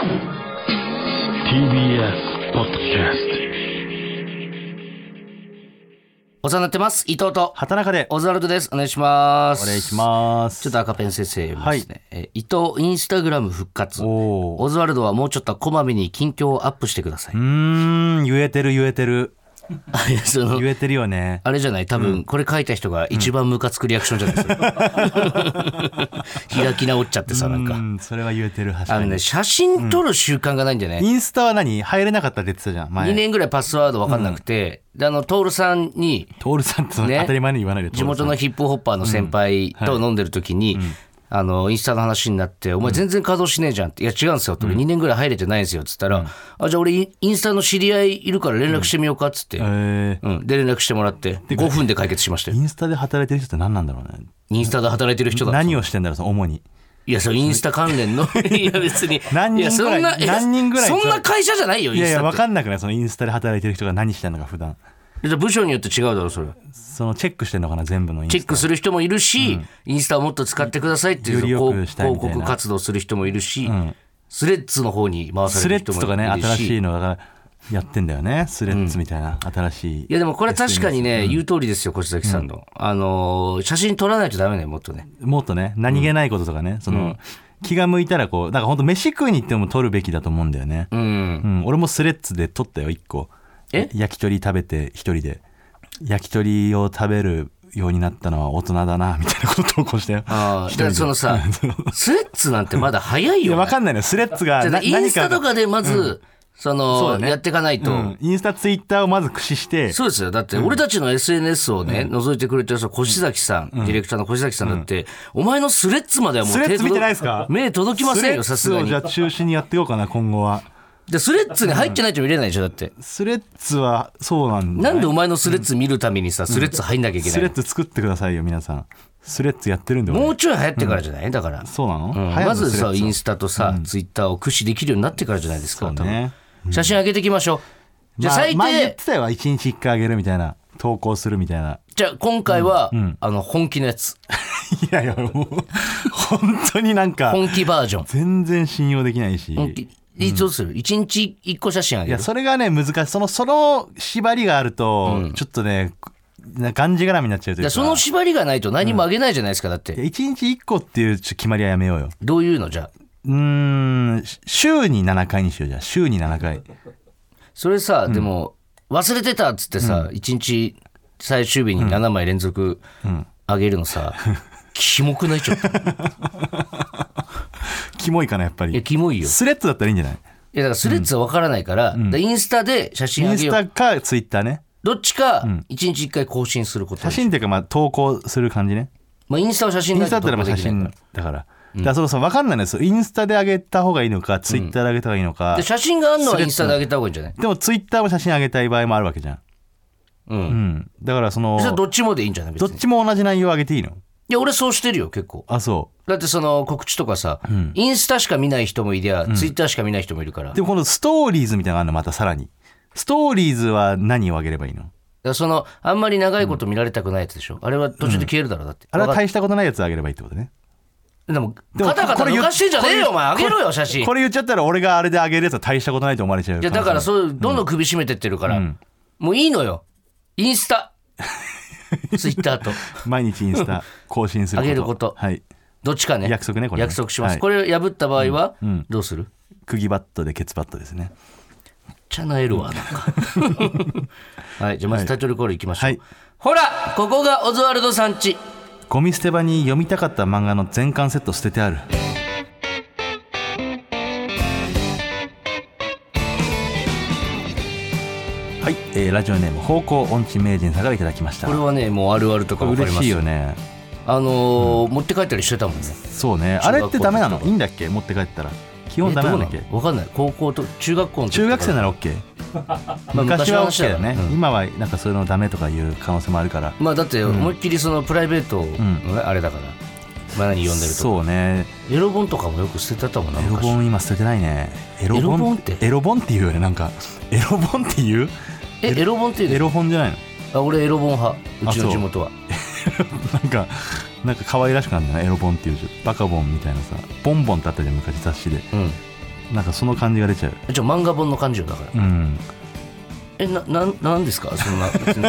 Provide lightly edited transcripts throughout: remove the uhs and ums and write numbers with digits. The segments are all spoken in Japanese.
TBS ポッドキャスト。 お世話になってます。伊藤と畑中でオズワルドです。お願いします。 お願いします。 ちょっと赤ペン先生読みますね、伊藤インスタグラム復活。オズワルドはもうちょっとこまめに近況をアップしてください。 言えてる言えてる言えてるよね。 あれじゃない、多分これ書いた人が一番ムカつくリアクションじゃないですか、開き直っちゃってさ、なんかそれは言えてる。確かに写真撮る習慣がないんでね、 インスタは何入れなかったって言ってたじゃん前。 2年ぐらいパスワード分かんなくて、で徹さんに徹さんって当たり前に言わないで、 地元のヒップホッパーの先輩と飲んでる時に、インスタの話になって、お前全然稼働しねえじゃんって、いや違うんですよって、2年ぐらい入れてないんですよっつったら、じゃあ俺インスタの知り合いいるから連絡してみようかっつって、で連絡してもらって5分で解決しましたよ。 インスタで働いてる人って何なんだろうね。 インスタで働いてる人だ。 何をしてんだろう主に。 いや、それインスタ関連のいや別に何人ぐらいそんな会社じゃないよインスタって。 いやいや分かんなくない、そのインスタで働いてる人が何してんのか普段。 じゃあ部署によって違うだろそれ。 そのチェックしてんのかな、全部のインスタチェックする人もいるし、インスタをもっと使ってくださいっていう広告活動する人もいるし、スレッズの方に回される人もいるし、 スレッズとかね、新しいのがやってんだよね、スレッズみたいな、新しい。 いやでもこれ確かにね、言う通りですよ越崎さんの、写真撮らないとダメね、もっとね、 何気ないこととかね、その、気が向いたらこう、だから本当飯食いに行っても撮るべきだと思うんだよね。俺もスレッズで撮ったよ1個。焼き鳥食べて一人で焼き鳥を食べるようになったのは大人だなみたいなことを投稿したよ。 そのさスレッズなんてまだ早いよ、ね、 いや分かんないのよ、スレッズがインスタとかでまず、やっていかないと、 インスタツイッターをまず駆使して。 そうですよ。だって俺たちの SNS をね、覗いてくれてる越崎さん、ディレクターの越崎さんだって、お前のスレッズまではもうスレッズ見てないですか。 目届きませんよ、さすがに。 じゃあ中心にやっていこうかな今後は。 でスレッズに入ってないと見れないでしょ、だって。 スレッズはそうなんだ、ね、 なんでお前のスレッズ見るためにさ、スレッズ入んなきゃいけない、 スレッズ作ってくださいよ皆さん。スレッズやってるんで。 もうちょい流行ってからじゃない、だから。 そうなの、 まずさインスタとさ、ツイッターを駆使できるようになってからじゃないですか。そうね、写真上げていきましょう。じゃあ最低、 前言ってたよ、1日1回上げるみたいな、投稿するみたいな。 じゃあ今回は、本気のやついやいやもう本当になんか本気バージョン全然信用できないし。 どうする、1日1個写真あげる。 いやそれがね難しい。その縛りがあると、ちょっとねがんじがらみになっちゃうというか。 その縛りがないと何もあげないじゃないですか、だって。 1日1個っていう決まりはやめようよ。 どういうのじゃあ。 週に7回にしよう。じゃあ週に7回。 それさ、でも忘れてたっつってさ、1日最終日に7枚連続あげるのさ、キモくない？ちょっとキモいかなやっぱり。 いやキモいよ。 スレッズだったらいいんじゃない？ いやだからスレッズは分からないから、インスタで写真あげよう。 インスタかツイッターね、 どっちか1日1回更新すること。 写真っていうかまあ投稿する感じね。 インスタは写真だけど、 インスタだったら写真だから。だからそう分かんないんですよ。インスタで上げた方がいいのかツイッターで上げた方がいいのか、 で写真があるのはインスタで上げた方がいいんじゃない？ でもツイッターも写真上げたい場合もあるわけじゃん。だからそのどっちもでいいんじゃない？別にどっちも同じ内容上げていいの？ いや俺そうしてるよ結構。 あそう。 だってその告知とかさ、インスタしか見ない人もいりゃ、ツイッターしか見ない人もいるから。 でもこのストーリーズみたいなのがあるのまたさらに。ストーリーズは何を上げればいいの？ だからあんまり長いこと見られたくないやつでしょ、あれは途中で消えるだろう、だって。 あれは大したことないやつ上げればいいってことね。 でもカタカタ抜かしてんじゃねえよお前、上げろよ写真。 これ言っちゃったら俺があれで上げるやつは大したことないと思われちゃう。 いやだからどんどん首絞めてってるから、もういいのよ。インスタツイッターと毎日インスタ更新すること、 上げること、 はい、 どっちかね。 約束ね、これね約束します、 はい、 これ破った場合はどうする？ 釘バットでケツバットですね。 めっちゃなえるわなんかはいじゃあまずタイトルコールいきましょう、 はい、 ほらここがオズワルドさんち。 ゴミ捨て場に読みたかった漫画の全巻セット捨ててある。はい、ラジオネーム方向音痴名人さんからいただきました。 これはねもうあるあるとか分かります。 嬉しいよね。 持って帰ったりしてたもんね。 そうね。あれってダメなの？いいんだっけ？持って帰ったら基本ダメなんだっけ？ 分かんない。高校と中学校の中学生なら OK。昔は OK だよね、今はなんかそういうのダメとかいう可能性もあるから。 まあだって思いっきりそのプライベートのあれだから、何読んでると。 そうね。 エロ本とかもよく捨ててたもんな。 エロ本今捨ててないね。 エロ本ってエロ本っていうよね。なんかエロ本っていうエロ本っていうエロ本じゃないの？ 俺エロ本派、うちの地元は。 なんか可愛らしくなるんだな、エロ本っていうバカボンみたいなさ、ボンボンってあったじゃん昔雑誌で、 なんかその感じが出ちゃう。 漫画本の感じよだから、なんですかそんな別に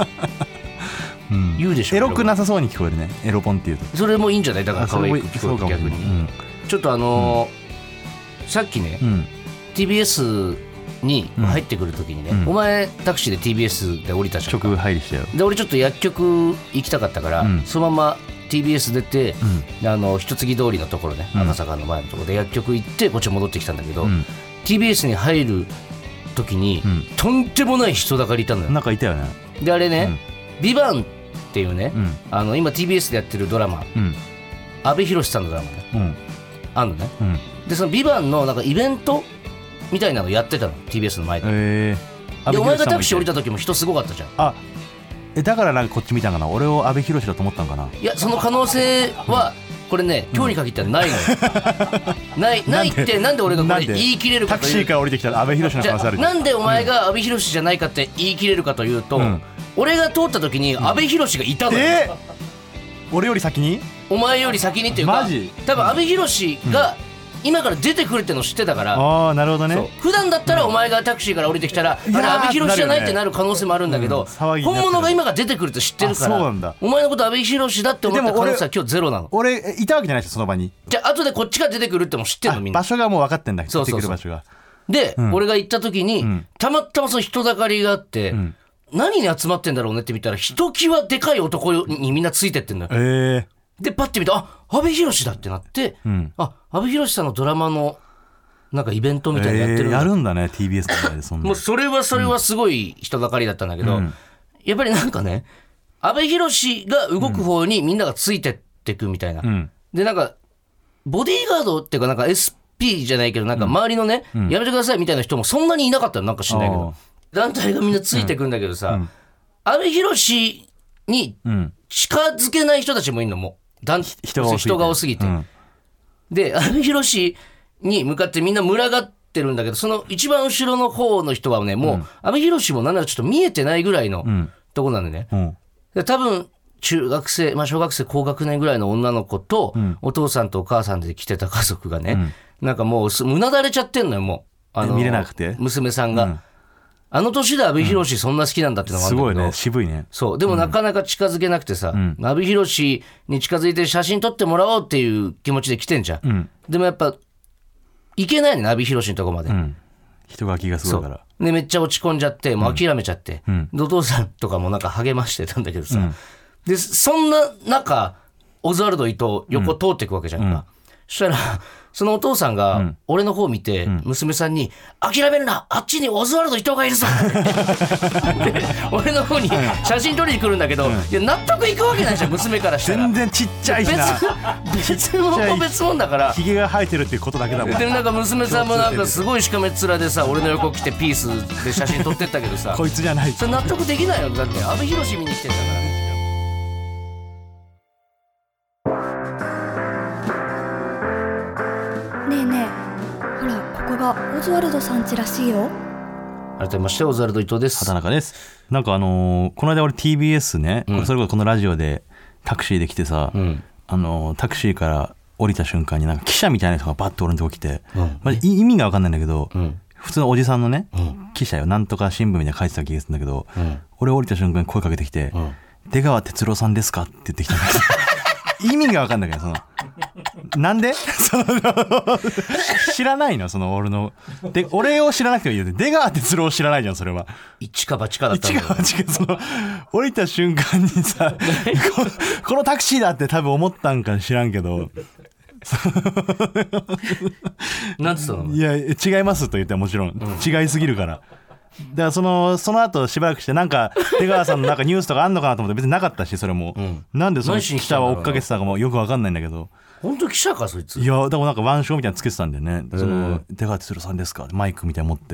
言うでしょ。 エロくなさそうに聞こえるね、エロ本っていうと。 それもいいんじゃない、だから可愛く聞こえて逆に、ちょっとさっきね、TBS に入ってくるときにね、お前タクシーで TBS で降りたじゃん。 直入りしたよ。 で俺ちょっと薬局行きたかったから、そのまま TBS 出て、一ツ木通りのところね、赤坂の前のところで薬局行ってこっち戻ってきたんだけど、TBS に入るときに、とんでもない人だかりいたのよ。 なんかいたよね。 であれね、ビバンっていうね、今 TBS でやってるドラマ、阿部寛さんのドラマね、あんのね、でそのビバンのなんかイベントみたいなのやってたの TBS の前で、でお前がタクシー降りた時も人すごかったじゃん。 だからなんかこっち見たんかな、俺を阿部寛だと思ったんかな。 いやその可能性はこれね、今日に限ってはないのよ、ないってなんで俺がこれ言い切れるかというと、 タクシーから降りてきたら阿部寛の可能性ある。 なんでお前が阿部寛じゃないかって言い切れるかというと、俺が通った時に阿部寛がいたのよ、 俺より先に、 お前より先にっていうか、多分阿部寛が今から出てくるっての知ってたから、 なるほどね。 普段だったらお前がタクシーから降りてきたら、あれ阿部寛じゃないってなる可能性もあるんだけど、本物が今が出てくるって知ってるから、お前のこと阿部寛だって思った可能性は今日ゼロなの。 俺いたわけじゃないですよその場に。 じゃあ後でこっちが出てくるっても知ってるのみんな。 場所がもう分かってんだ、出てくる場所が。 で、俺が行った時に、たまたまその人だかりがあって、何に集まってんだろうねって見たら、ひときわでかい男にみんなついてってんだよ。でパッて見て、阿部寛だってなって、阿部寛さんのドラマのなんかイベントみたいなのやってるんだ、 やるんだね TBS とかで。そんなもうそれはすごい人だかりだったんだけど、やっぱりなんかね、阿部寛が動く方にみんながついてってくみたいな、でなんかボディーガードっていうかなんか SP じゃないけど、なんか周りのね、やめてくださいみたいな人もそんなにいなかったの、なんか知んないけど、団体がみんなついてくんだけどさ、阿部寛に近づけない人たちもいるの、もう人が多すぎて、で阿部寛に向かってみんな群がってるんだけど、その一番後ろの方の人はね、もう阿部寛もなんならちょっと見えてないぐらいのとこなんでね、で多分中学生、小学生高学年ぐらいの女の子と、お父さんとお母さんで来てた家族がね、なんかもううなだれちゃってんのよ、もう見れなくて娘さんが、あの年で阿部寛そんな好きなんだってのがあるんだけど、 すごいね、渋いね。 そうでもなかなか近づけなくてさ、阿部寛に近づいて写真撮ってもらおうっていう気持ちで来てんじゃん、でもやっぱ行けないね、阿部寛のとこまで、 人が気がすごいから。 でめっちゃ落ち込んじゃって、もう諦めちゃって、お父さんとかもなんか励ましてたんだけどさ、でそんな中オズワルド伊藤横通っていくわけじゃんか、そしたらそのお父さんが俺の方を見て、娘さんに諦めるな、あっちにオズワルド伊藤がいるぞで俺の方に写真撮りに来るんだけど、いや納得いくわけないじゃん、娘からしたら。 全然ちっちゃいしな、 別物だから、 ひげが生えてるっていうことだけだもん。 でなんか娘さんもなんかすごいしかめっ面でさ、俺の横来てピースで写真撮ってったけどさこいつじゃない、 それ納得できないよ。だって阿部寛見に来てんだから。 ねえねえ、ほらここがオズワルドさん家らしいよ。 改めましてオズワルド伊藤です。 畑中です。なんかこの間俺 TBS ね、それこそこのラジオでタクシーで来てさ、タクシーから降りた瞬間になんか記者みたいな人がバッと俺のとこ来て、意味が分かんないんだけど、普通のおじさんのね、記者よ、なんとか新聞みたいな書いてた気がするんだけど、俺降りた瞬間に声かけてきて、出川哲朗さんですかって言ってきたんだけど意味が分かんないけど、なんで知らないの、俺ので俺を知らなくてもいいよ。出川哲朗知らないじゃん、それは。 一か八かだったんだよ。 一か八か、降りた瞬間にさこのタクシーだって多分思ったんか知らんけどなんつったの。 いや違いますと言ってもちろん、違いすぎるから。だからその後しばらくしてなんか出川さんのなんかニュースとかあんのかなと思って別になかったし、それも、なんでその記者は追っかけてたかもよく分かんないんだけど。 本当記者かそいつ。 いやだからなんか腕章みたいなのつけてたんだよね、出川哲朗さんですかマイクみたいなの持って、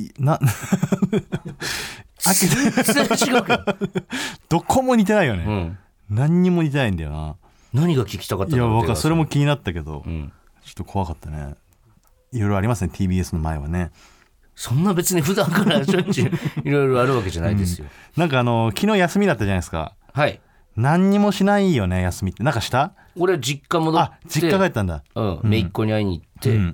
全然違うけどどこも似てないよね、何にも似てないんだよな。 何が聞きたかったんだろう。 いやそれも気になったけど、ちょっと怖かったね。いろいろありますね TBS の前はね。 そんな別に普段からしょっちゅういろいろあるわけじゃないですよ、 なんか昨日休みだったじゃないですか。 はい。 何にもしないよね休みって。なんかした？ 俺は実家戻って、 実家帰ったんだ、 姪っ子に会いに行って、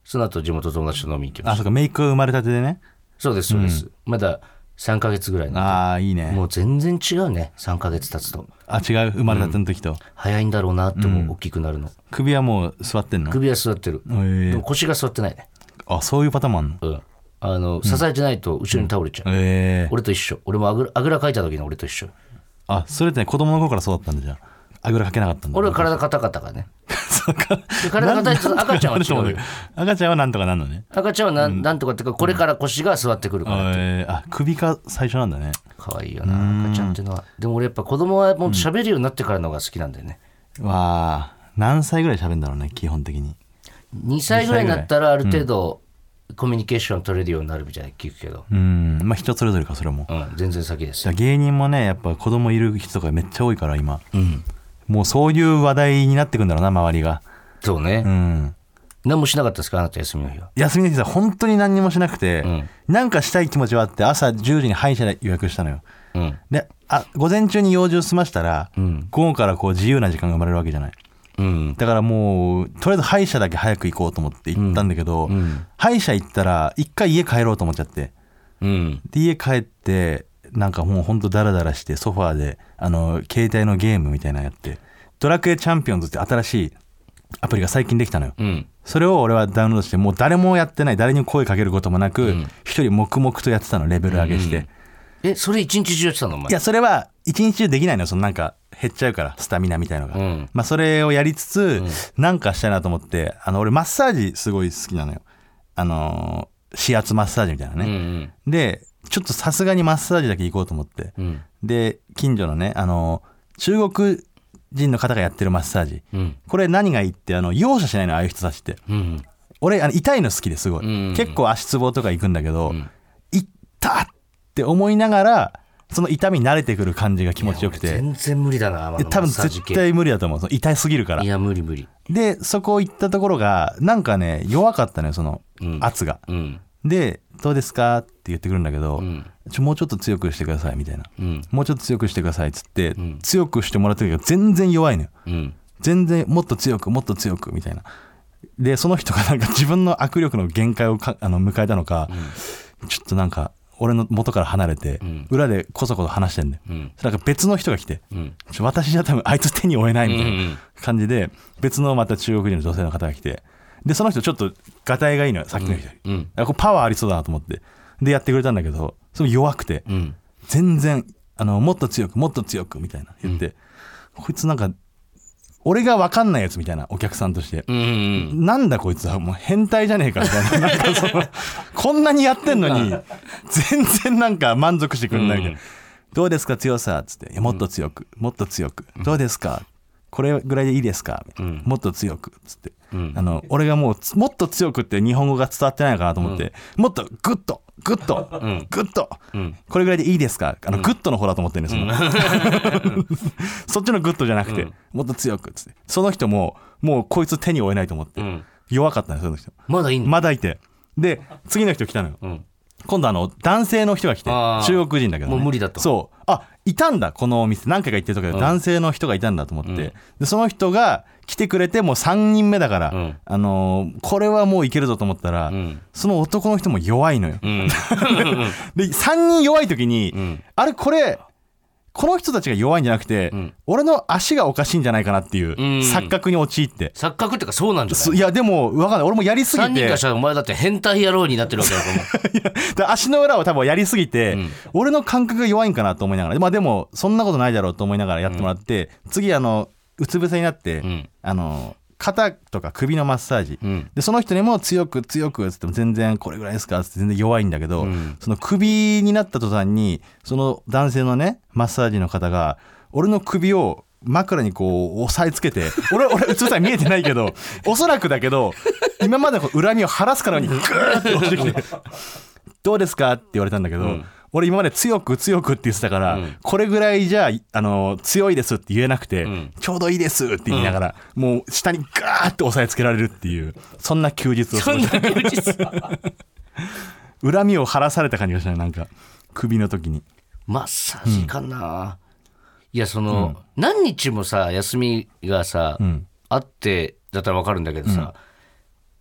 その後地元友達と飲みに行きました。 あ、そうか、姪っ子生まれたてでね。 そうですそうです、まだ3ヶ月ぐらいなんで。 ああいいね。 もう全然違うね、3ヶ月経つと。 あ、違う、生まれたての時と、 早いんだろうなっても大きくなるの。 首はもう座ってんの？ 首は座ってる、でも腰が座ってないね。 あ、そういうパターンもあんの？ 支えてないと後ろに倒れちゃう、俺と一緒。俺もあぐらかいた時の俺と一緒。 あ、それって、ね、子供の頃からそうだったんだ。じゃあぐらかけなかったんだ。 俺は体硬かったからね。 そうか。 で体硬いと赤ちゃんは違うよ。 赤ちゃんはなんとかなんのね。 赤ちゃんはなんとかっていうか、これから腰が座ってくるからって。 あ、首が最初なんだね。 可愛いよな赤ちゃんっていうのは。でも俺やっぱ子供はもう喋るようになってからの方が好きなんだよね。 わあ、何歳ぐらい喋るんだろうね、基本的に。 2歳ぐらいになったらある程度コミュニケーション取れるようになるみたいな聞くけど、 まあ人それぞれか、それも。 全然先ですよ。 芸人もね、やっぱ子供いる人とかめっちゃ多いから今、もうそういう話題になってくんだろうな、周りが。 そうね、何もしなかったですか、あなた休みの日は。 休みの日は本当に何にもしなくて、なんかしたい気持ちはあって、朝10時に歯医者で予約したのよ。で、午前中に用事を済ましたら、午後からこう自由な時間が生まれるわけじゃない。だからもうとりあえず歯医者だけ早く行こうと思って行ったんだけど、歯医者行ったら一回家帰ろうと思っちゃって、で家帰ってなんかもうほんとダラダラしてソファーで携帯のゲームみたいなのやって、ドラクエチャンピオンズって新しいアプリが最近できたのよ、それを俺はダウンロードして、もう誰もやってない、誰にも声かけることもなく一人黙々とやってたの、レベル上げして、 それ一日中やってたのお前。 いやそれは一日中できないのよ、そのなんか減っちゃうからスタミナみたいのが、まあそれをやりつつ、なんかしたいなと思って、俺マッサージすごい好きなのよ、指圧マッサージみたいなね、でちょっとさすがにマッサージだけ行こうと思って、で近所のね中国人の方がやってるマッサージ、これ何がいいって、容赦しないの、ああいう人たちって、俺痛いの好きですごい、結構足つぼとか行くんだけど、痛って思いながらその痛みに慣れてくる感じが気持ちよくて、 全然無理だな、 多分絶対無理だと思う、その痛すぎるから。 いや無理無理でそこ行ったところがなんかね弱かったのよ、その圧が、でどうですかって言ってくるんだけど、もうちょっと強くしてくださいみたいな、もうちょっと強くしてくださいっつって、強くしてもらった時が全然弱いのよ、全然もっと強くもっと強くみたいな。でその人がなんか自分の握力の限界を迎えたのか、ちょっとなんか俺の元から離れて、裏でこそこそ話してんね、なんか別の人が来て、私じゃ多分あいつ手に負えないみたいな感じで、別のまた中国人の女性の方が来て、でその人ちょっとガタイがいいのよ、さっきの人より、これパワーありそうだなと思って、でやってくれたんだけど、それ弱くて、全然もっと強くもっと強くみたいな言って、こいつなんか俺が分かんないやつみたいな、お客さんとして、なんだこいつはもう変態じゃねえかみたいな、なんかそのこんなにやってんのに全然なんか満足してくんないみたいな、どうですか強さっつって、いやもっと強くもっと強く、どうですかこれぐらいでいいですかみたいな、もっと強くっつって、俺がもうもっと強くって日本語が伝わってないのかなと思って、もっとグッとグッとグッと、これぐらいでいいですか、グッとの方だと思ってるんですよ、そっちのグッとじゃなくて、もっと強くっつって、その人ももうこいつ手に負えないと思って、弱かったんです、その人まだいいの、 まだいて、で次の人来たのよ、今度男性の人が来て、中国人だけど、ね、 もう無理だと。 そういたんだ、このお店何回か行ってるとかで男性の人がいたんだと思って、でその人が来てくれてもう3人目だから、これはもういけるぞと思ったら、その男の人も弱いのよ、で3人弱い時に、あれこの人たちが弱いんじゃなくて、俺の足がおかしいんじゃないかなっていう錯覚に陥って、 錯覚っていうかそうなんじゃない。 いやでも分かんない、俺もやりすぎて、 3人からしたらお前だって変態野郎になってるわけだと思う。 いやで足の裏を多分やりすぎて、俺の感覚が弱いんかなと思いながら、まあでもそんなことないだろうと思いながらやってもらって、次うつ伏せになって、肩とか首のマッサージ、でその人にも強く強くっつっても全然これぐらいですかっつって全然弱いんだけど、その首になった途端にその男性のねマッサージの方が俺の首を枕にこう押さえつけて、俺うつ伏せは見えてないけどおそらくだけど今までの恨みを晴らすからにグーって押してきてどうですかって言われたんだけど、俺今まで強く強くって言ってたから、これぐらいじゃ強いですって言えなくて、ちょうどいいですって言いながら、もう下にガーって押さえつけられるっていう、そんな休日を過ごした恨みを晴らされた感じがしたね、なんか首の時に。 マッサージかな、いや何日もさ休みがさ、あってだったら分かるんだけどさ、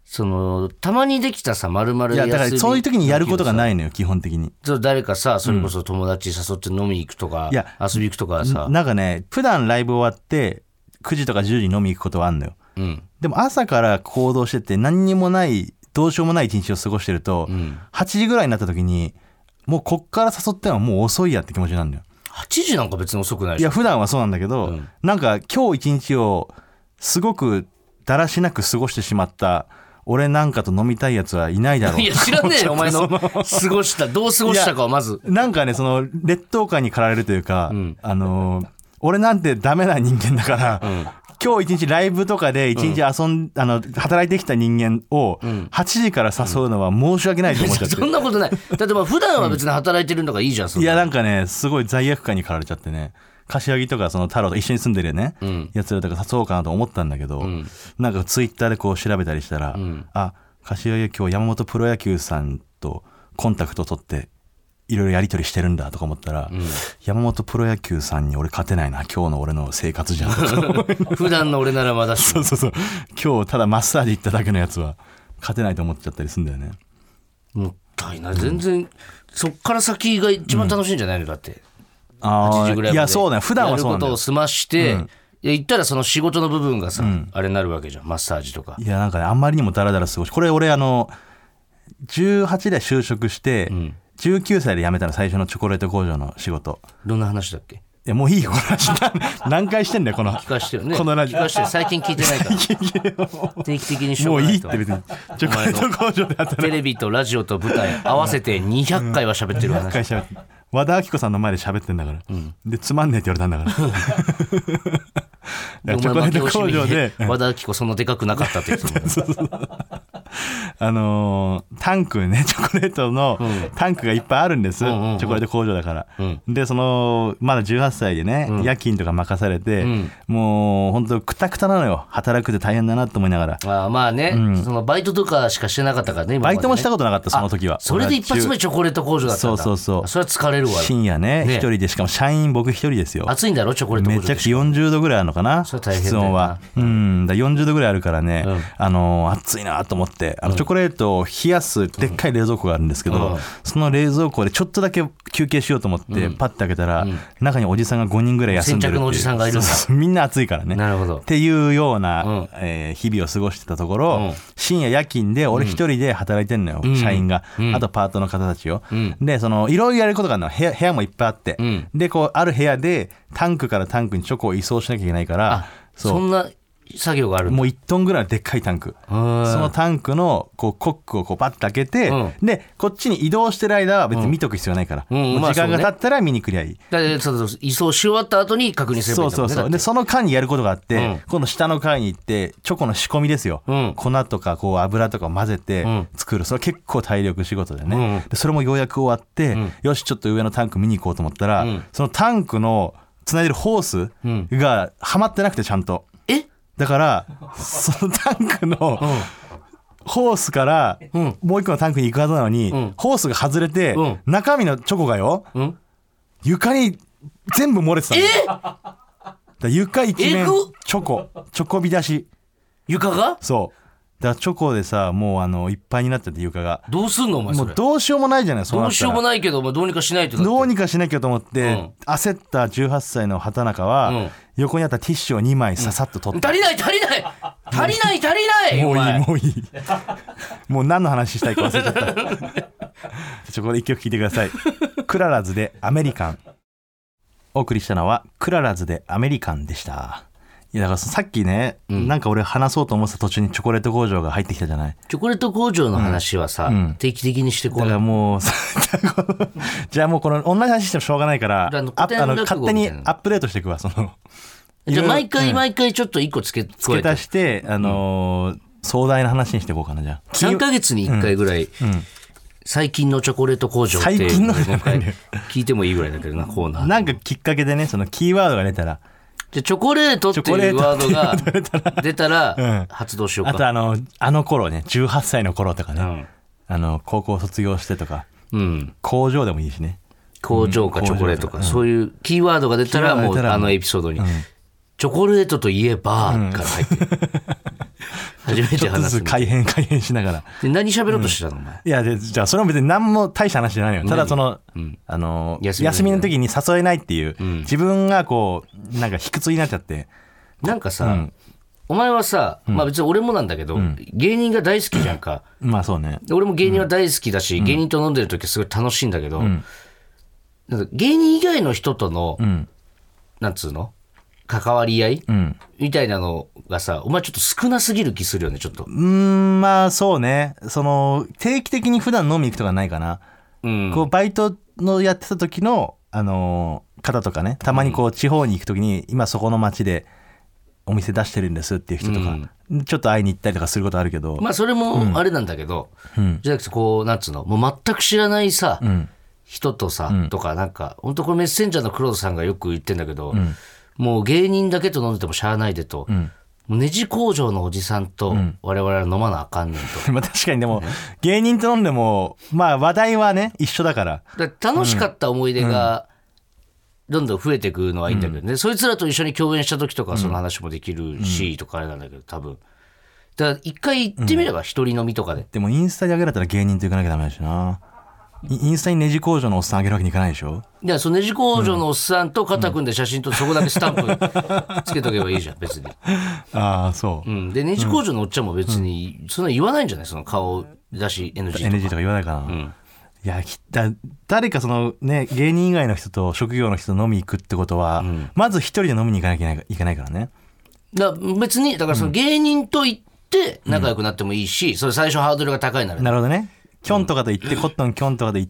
たまにできたさ丸々 いやだからそういう時にやることがないのよ基本的に。 誰かさそれこそ友達誘って飲み行くとか、遊び行くとかさ、 なんかね普段ライブ終わって9時とか10時に飲み行くことはあんのよ、でも朝から行動してて何にもないどうしようもない一日を過ごしてると、8時ぐらいになった時にもうこっから誘ってはもう遅いやって気持ちなんだよ。 8時なんか別に遅くないし。 いや普段はそうなんだけど、なんか今日一日をすごくだらしなく過ごしてしまった俺なんかと飲みたいやつはいないだろう。 いや知らねえよお前の過ごしたどう過ごしたかはまず。 なんかねその劣等感に駆られるというか、俺なんてダメな人間だから、今日一日ライブとかで一日働いてきた人間を8時から誘うのは申し訳ないと思っちゃって、 そんなことない。だってまあ普段は別に働いてるんだからいいじゃん。 いやなんかねすごい罪悪感に駆られちゃってね、柏木とかその太郎と一緒に住んでるね、やつらとか誘おうかなと思ったんだけど、なんかツイッターでこう調べたりしたら、あ柏木今日山本プロ野球さんとコンタクト取っていろいろやり取りしてるんだとか思ったら、山本プロ野球さんに俺勝てないな今日の俺の生活じゃん普段の俺ならまだしそう今日ただマッサージ行っただけのやつは勝てないと思っちゃったりするんだよね。 もったいない。全然そっから先が一番楽しいんじゃないのだって、 8 時ぐらいまでいやそうだよ普段はそうなんだよ。 やることを済まして、言ったらその仕事の部分がさ、あれになるわけじゃんマッサージとか。 いやなんかねあんまりにもダラダラ過ごしこれ俺18で就職して、19歳で辞めたの最初のチョコレート工場の仕事。 どんな話だっけ。 いやもういいよこの話何回してんだよこの聞かしてよね。 このラジオ聞かして最近聞いてないから定期的にしようもうがないいと。 いって別にチョコレート工場で働いてテレビとラジオと舞台合わせて200回は喋ってる 200回話。 喋って和田アキ子さんの前で喋ってんだから、でつまんねえって言われたんだからチョコレート工場で和田アキ子そんなでかくなかったって言ってたタンクねチョコレートのタンクがいっぱいあるんです、チョコレート工場だから、でまだ18歳でね、夜勤とか任されて、もう本当クタクタなのよ。働くって大変だなと思いながら。 まあね、そのバイトとかしかしてなかったからね。 バイトもしたことなかったその時は。 それで一発目チョコレート工場だったんだ。 そうそれは疲れるわ。 深夜ね一人で、しかも社員僕一人ですよ。 暑いんだろチョコレート工場。 めちゃくちゃ40度ぐらいあるのかな、 それ大変だよな。 室温は。だ40度ぐらいあるからね、暑いなと思って、チョコレートを冷やすでっかい冷蔵庫があるんですけど、その冷蔵庫でちょっとだけ休憩しようと思ってパッて開けたら、中におじさんが5人ぐらい休んでるっていう。先着のおじさんがいるんだ。みんな暑いからね。 なるほど。 っていうような、日々を過ごしてたところ、深夜夜勤で俺一人で働いてんのよ、社員が、あとパートの方たちを、でいろいろやることがあるの。部屋もいっぱいあって、でこうある部屋でタンクからタンクにチョコを移送しなきゃいけないから、 そんな作業がある。 もう1トンぐらいのでっかいタンク、そのタンクのこうコックをこうパッと開けて、でこっちに移動してる間は別に見とく必要ないから、もう時間が経ったら見に来りゃいい。 移送し終わった後に確認すればいいんだもんね。 そうでその間にやることがあって、今度下の階に行ってチョコの仕込みですよ、粉とかこう油とかを混ぜて作る、それ結構体力仕事でね、でそれもようやく終わって、よしちょっと上のタンク見に行こうと思ったら、そのタンクのつないでるホースがはまってなくてちゃんと、だからそのタンクのホースからもう一個のタンクに行くはずなのに、ホースが外れて、中身のチョコがよ、床に全部漏れてたの。だ床一面チョコび出し。 床が？ そうだからチョコでさ、もういっぱいになっちゃって床が。 どうすんのお前それ。 もうどうしようもないじゃない。そうなったらどうしようもないけど、どうにかしないと。 どうにかしなきゃと思って、焦った18歳の畑中は、横にあったティッシュを2枚ささっと取って、 足りないもういいもう何の話したいか忘れちゃったここで一曲聴いてください。クララズでアメリカン。お送りしたのはクララズでアメリカンでした。いやだからさっきね、なんか俺話そうと思ってた途中にチョコレート工場が入ってきたじゃない。 チョコレート工場の話はさ、定期的にしてこう。 だからもうじゃあもうこの同じ話してもしょうがないから勝手にアップデートしていくわ。 じゃあ毎回ちょっと一個付け足して、壮大な話にしていこうかな。じゃあ 3ヶ月に1回ぐらい、最近のチョコレート工場っていうのを聞いてもいいぐらいだけどな、コーナー。 なんかきっかけでね、そのキーワードが出たら、 じゃチョコレートっていうワードが出たら発動しようか。 あとあの頃ね、18歳の頃とかね、高校卒業してとか、工場でもいいしね。 工場かチョコレートか、そういうキーワードが出たらもうエピソードに、チョコレートといえばから入ってる。 初めてちょっと話すずつ改変しながら。 で何喋ろうとしてたのお前。 いやでじゃあそれも別に何も大した話じゃないのよ。ただその、休みの時に誘えないっていう、自分がこうなんか卑屈になっちゃって。 なんかさ、お前はさ、まあ別に俺もなんだけど、芸人が大好きじゃんか。 まあそうね。 俺も芸人は大好きだし、芸人と飲んでる時はすごい楽しいんだけど、なんか芸人以外の人との、なんつうの関わり合い、みたいなのがさ、お前ちょっと少なすぎる気するよね、ちょっと。 まあそうね。その定期的に普段飲み行くとかないかな。こうバイトのやってた時の方とかね、たまにこう地方に行く時に、今そこの町でお店出してるんですっていう人とか、ちょっと会いに行ったりとかすることあるけど、 まあそれもあれなんだけど、じゃなくてこうなんつうの、もう全く知らないさ、人とさ、とかなんか本当これメッセンジャーの黒田さんがよく言ってんだけど、もう芸人だけと飲んでてもしゃあないでと、もうネジ工場のおじさんと我々は飲まなあかんねんと。 まあ確かにでも、芸人と飲んでもまあ話題はね一緒だから。 楽しかった思い出がどんどん増えていくのはいいんだけどね、そいつらと一緒に共演した時とかその話もできるし、とかあれなんだけど、多分だから一回行ってみれば、一人飲みとかで。 でもインスタで上げられたら芸人と行かなきゃダメだしな。インスタにネジ工場のおっさんあげるわけにいかないでしょ。 いや、そのネジ工場のおっさんと肩組んで写真撮って、そこだけスタンプつけとけばいいじゃん、別に。 ああそう、 でネジ工場のおっちゃんも別にそんな言わないんじゃない、その顔出し NG とか言わないかな。いや誰かそのね芸人以外の人と職業の人と飲み行くってことは、まず一人で飲みに行かなきゃいけないからね。 別にだからその芸人と行って仲良くなってもいいし、それ最初ハードルが高いなら、 なるほどね。キョンとかと行って、コットンキョンとかで行って、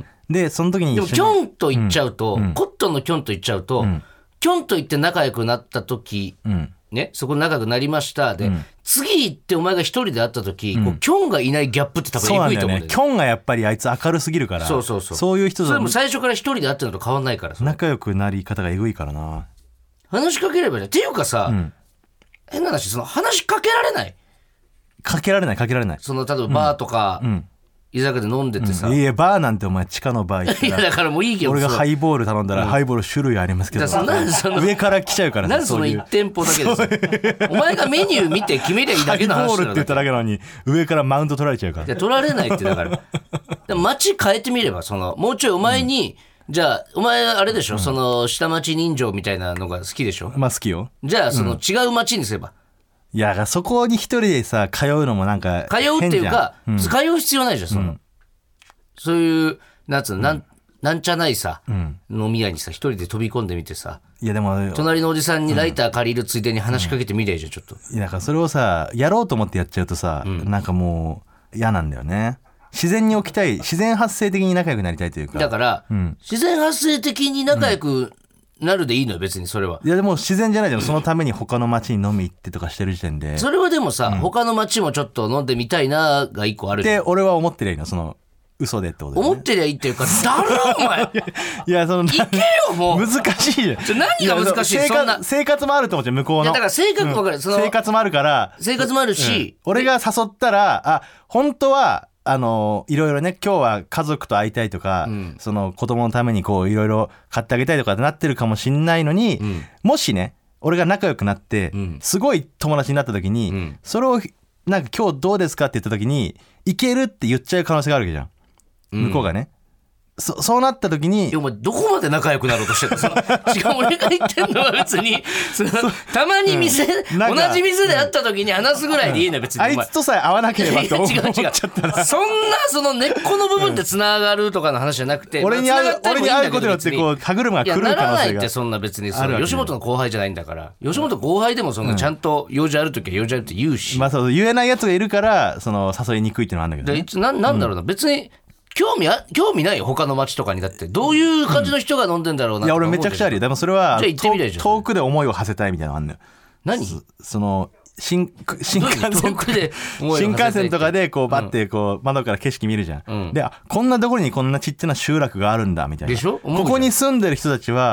でその時にでもキョンと行っちゃうと、コットンのキョンと行っちゃうと、キョンと行って仲良くなった時、ね、そこ仲良くなりましたで、次行ってお前が一人で会った時、こうキョンがいないギャップって多分エグいと思うんだよね。 キョンがやっぱりあいつ明るすぎるから、そういう人それも最初から一人で会ってるのと変わんないから、 仲良くなり方がエグいからな。 話しかければいいじゃん。っていうかさ、変な話、その話しかけられないかけられないその例えばバーとか、居酒屋で飲んでてさ、 いやバーなんてお前地下のバー行ったらいやだからもういいけど、 俺がハイボール頼んだら、ハイボール種類ありますけど、上から来ちゃうからなんでその1店舗だけでさお前がメニュー見て決めりゃいいだけの話だろ。 ハイボールって言っただけなのに上からマウント取られちゃうから。 いや取られないってだからでも街変えてみれば、そのもうちょいお前に、じゃあお前あれでしょ、その下町人情みたいなのが好きでしょ。 まあ好きよ。 じゃあその違う街にすれば、 いやそこに一人でさ通うのもなんか通うっていうか、通う必要ないじゃん、その、そういうなんつうの、なんちゃないさ、飲み屋にさ一人で飛び込んでみてさ、 いやでも隣のおじさんにライター借りるついでに話しかけてみりゃいいじゃん、ちょっと。 いやだからそれをさやろうと思ってやっちゃうとさ、なんかもう嫌なんだよね。自然に起きたい、自然発生的に仲良くなりたいというか、 だから、自然発生的に仲良くなるでいいのよ、別にそれは。 いやでも自然じゃないじゃん。そのために他の町に飲み行ってとかしてる時点で、 それはでもさ、他の町もちょっと飲んでみたいなが一個あるで俺は思ってりゃいいの、その嘘でってことだよね。 思ってりゃいいっていうか、だろお前いやその行けよもう難しいじゃん。 何が難しい、そんな生活もあると思っちゃう、向こうの。 いやだから生活も分かる、その生活もあるから、 生活もあるし、 俺が誘ったら本当はいろいろね、今日は家族と会いたいとか、その子供のためにこういろいろ買ってあげたいとかってなってるかもしんないのに、もしね俺が仲良くなって、すごい友達になった時に、それをなんか今日どうですかって言った時にいけるって言っちゃう可能性があるわけじゃん、向こうがね。そうなった時に、 いやお前どこまで仲良くなろうとしてるの。しかも俺が言ってんのは別にたまに同じ店で会った時に話すぐらいでいいのよ、別に。 あいつとさえ会わなければと思っちゃったら、 そんなその根っこの部分でつながるとかの話じゃなくて、 俺に会うことによってこう歯車が狂う可能性が。 ならないって、そんな別に吉本の後輩じゃないんだから。吉本後輩でもそんなちゃんと用事ある時は用事あるって言うし、 まあそう言えないやつがいるからその誘いにくいっていうのはあるんだけどね。 なんだろうな、別に興味ないよ、他の街とかに。だってどういう感じの人が飲んでんだろうな。 いや俺めちゃくちゃあるよ。でもそれはじゃあ行ってみりゃいいじゃん。 遠くで思いを馳せたいみたいなのあるのよ。 何その新幹線とかでこうバッてこう窓から景色見るじゃん、でこんなところにこんなちっちゃな集落があるんだみたいな。 でしょ、 ここに住んでる人たちは、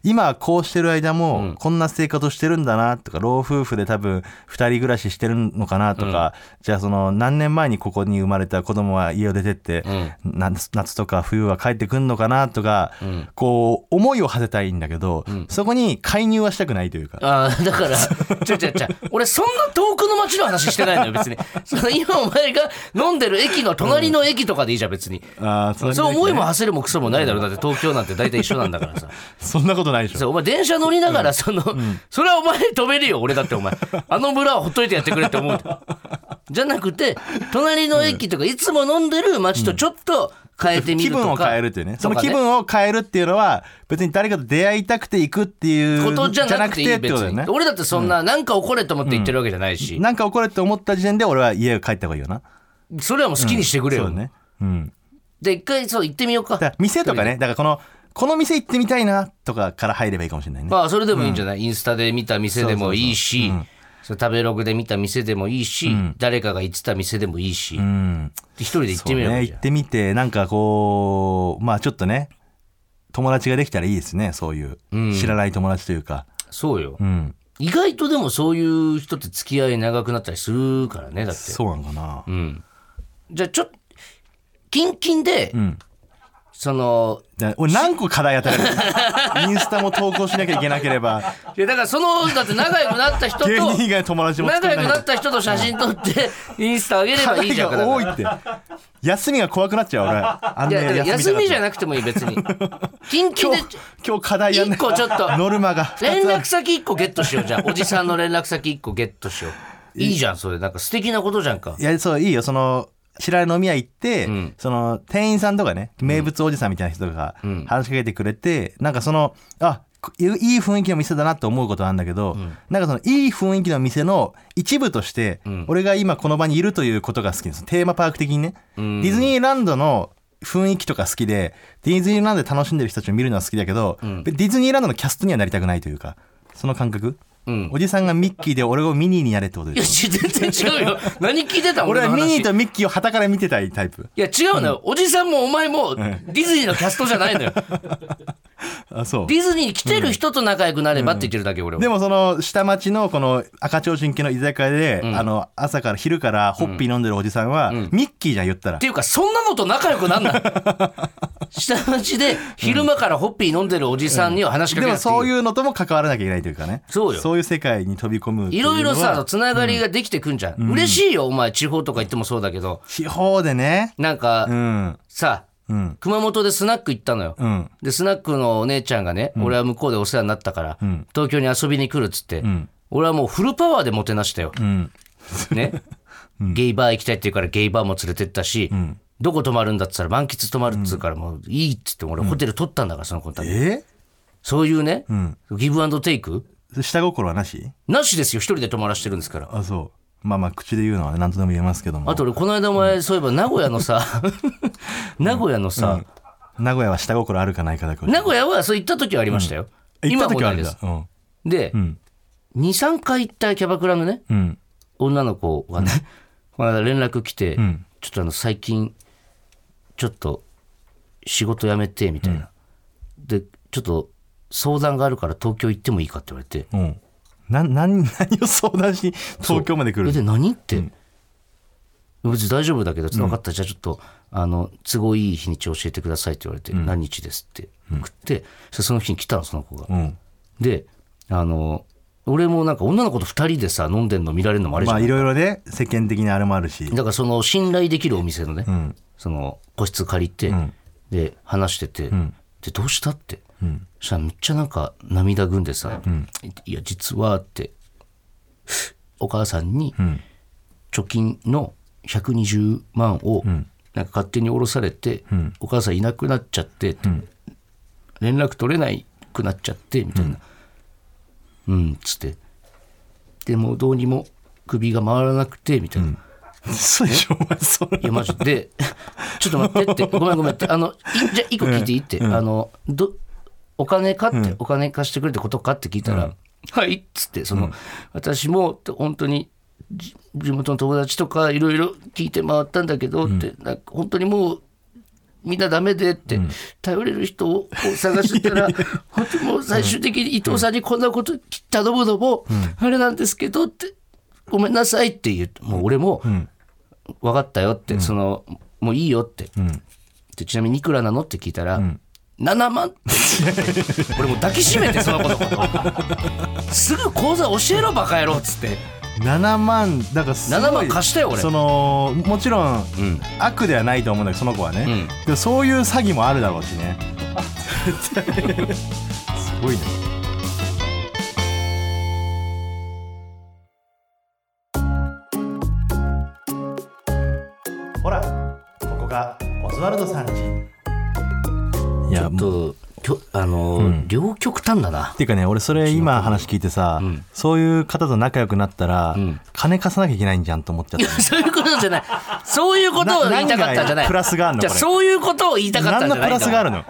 今こうしてる間もこんな生活をしてるんだなとか、老夫婦で多分2人暮らししてるのかなとか、じゃあその何年前にここに生まれた子供は家を出てって、夏とか冬は帰ってくんのかなとか、こう思いを馳せたいんだけど、そこに介入はしたくないというか。 だから俺そんな遠くの街の話してないのよ別に。その今お前が飲んでる駅の隣の駅とかでいいじゃん別に。そう思いも馳せるもクソもないだろ。だって東京なんて大体一緒なんだからさ。 そんなことないでしょ。 お前電車乗りながらそれはお前止めるよ俺だってお前あの村はほっといてやってくれって思うじゃなくて隣の駅とかいつも飲んでる街とちょっと変えてみるとか、 気分を変えるっていうね。その気分を変えるっていうのは別に誰かと出会いたくて行くっていうことじゃなくていいってことだよね。 俺だってそんななんか起これと思って言ってるわけじゃないし、 なんか起これって思った時点で俺は家を帰った方がいいよな。 それはもう好きにしてくれよ、 そうね。 で一回行ってみようか。 だから店とかね、だからこの店行ってみたいなとかから入ればいいかもしれないね。 それでもいいんじゃない、インスタで見た店でもいいし、それ食べログで見た店でもいいし、誰かが行ってた店でもいいし、一人で行ってみればいいじゃん。 行ってみてなんかこうちょっとね友達ができたらいいですね。そういう、知らない友達というか。 そうよ、意外とでもそういう人って付き合い長くなったりするからね。だってそうなのかな。 じゃあちょっとキンキンで、 俺何個課題与えられるインスタも投稿しなきゃいけなければ。 いやだからだって仲良くなった人と芸人以外の友達も作らない。 仲良くなった人と写真撮ってインスタ上げればいいじゃん。 課題が多いって。休みが怖くなっちゃう俺。 いや休みじゃなくてもいい別に。キンキンで今日課題やんない。 1個ちょっとノルマが連絡先1個ゲットしよう。じゃあおじさんの連絡先1個ゲットしよう。いいじゃんそれ。なんか素敵なことじゃんか。 いやそういいよ。知らない飲み屋行って、店員さんとかね名物おじさんみたいな人が話しかけてくれて、なんかいい雰囲気の店だなと思うことなんだけど、なんかいい雰囲気の店の一部として、俺が今この場にいるということが好きです。テーマパーク的にね、ディズニーランドの雰囲気とか好きで、ディズニーランドで楽しんでる人たちを見るのは好きだけど、ディズニーランドのキャストにはなりたくないというか、その感覚。おじさんがミッキーで俺をミニーになれってことでしょ。 いや全然違うよ。何聞いてた俺はミニーとミミッキーを傍から見てたいタイプ。 いや違うのよ、おじさんもお前もディズニーのキャストじゃないのよ。 そうディズニーに来てる人と仲良くなればって言ってるだけ、俺は。 でも下町のこの赤ちょうちん系の居酒屋で、朝から昼からホッピー飲んでるおじさんは、ミッキーじゃん言ったら。 っていうかそんなのと仲良くなんない。下町で昼間からホッピー飲んでるおじさんには話しかけなくていい。 でもそういうのとも関わらなきゃいけないというかね。 そうよ。 そういう世界に飛び込むっていうのは。 いろいろさつながりができてくんじゃん、嬉しいよ。お前地方とか行ってもそうだけど、 地方でねなんか、さ熊本でスナック行ったのよ、でスナックのお姉ちゃんがね、俺は向こうでお世話になったから、東京に遊びに来るっつって、俺はもうフルパワーでもてなしたよ、ね、ゲイバー行きたいって言うからゲイバーも連れてったし、どこ泊まるんだっつったら満喫泊まるっつうから、もういいっつって俺ホテル取ったんだから、その子のために。そういうね、ギブアンドテイク下心はなしですよ。一人で泊まらしてるんですから。 あ、そう。まあ口で言うのはね何とでも言えますけども。 あと俺この間お前、そういえば名古屋のさ名古屋のさ、 名古屋は下心あるかないかだけど。 名古屋はそう行った時はありましたよ、 今もないです。で、2,3 回行ったキャバクラのね、女の子がね、この間連絡来て、ちょっと最近ちょっと仕事辞めてみたいな、でちょっと相談があるから東京行ってもいいかって言われて、 何を相談しに東京まで来る。 で何って、別に大丈夫だけど、分かった、じゃあちょっと都合いい日にち教えてくださいって言われて、何日ですって送って、その日に来たのその子が、で俺もなんか女の子と2人でさ飲んでんの見られるのもあれじゃん。 いろいろね世間的なあれもあるし、 だからその信頼できるお店のね、その個室借りて、で話してて、でどうしたって、そしたらめっちゃなんか涙ぐんでさ、いや実はってお母さんに貯金の120万をなんか勝手に下ろされて、お母さんいなくなっちゃって、連絡取れないくなっちゃってみたいな、つって、でもどうにも首が回らなくてみたいな、 そうでしょお前それ。 いやマジでちょっと待ってって、ごめんって、じゃあ一個聞いていいって、お金かって、お金貸してくれってことかって聞いたら、はいっつって、私も本当に地元の友達とかいろいろ聞いて回ったんだけどって、なんか本当にもうみんなダメでって、頼れる人を探したら本当もう最終的に伊藤さんにこんなこと頼むのもあれなんですけどってごめんなさいって言って、もう俺も分かったよって、もういいよって、でちなみにいくらなのって聞いたら、7万って俺もう抱きしめてその子のことすぐ口座教えろバカ野郎っつって。 7万だからすごい 7万貸したよ俺。 もちろん、悪ではないと思うんだけどその子はね、でもそういう詐欺もあるだろうしねすごいね。ほらここがオズワルドさんち。いやちょっと両極端だな。 っていうかね、俺それ今話聞いてさ、そういう方と仲良くなったら、金貸さなきゃいけないんじゃんと思っちゃった、 そういうことじゃない。そういうことを言いたかったんじゃない。 プラスがあるの。 じゃあそういうことを言いたかったんじゃない。 何のプラスがあるの。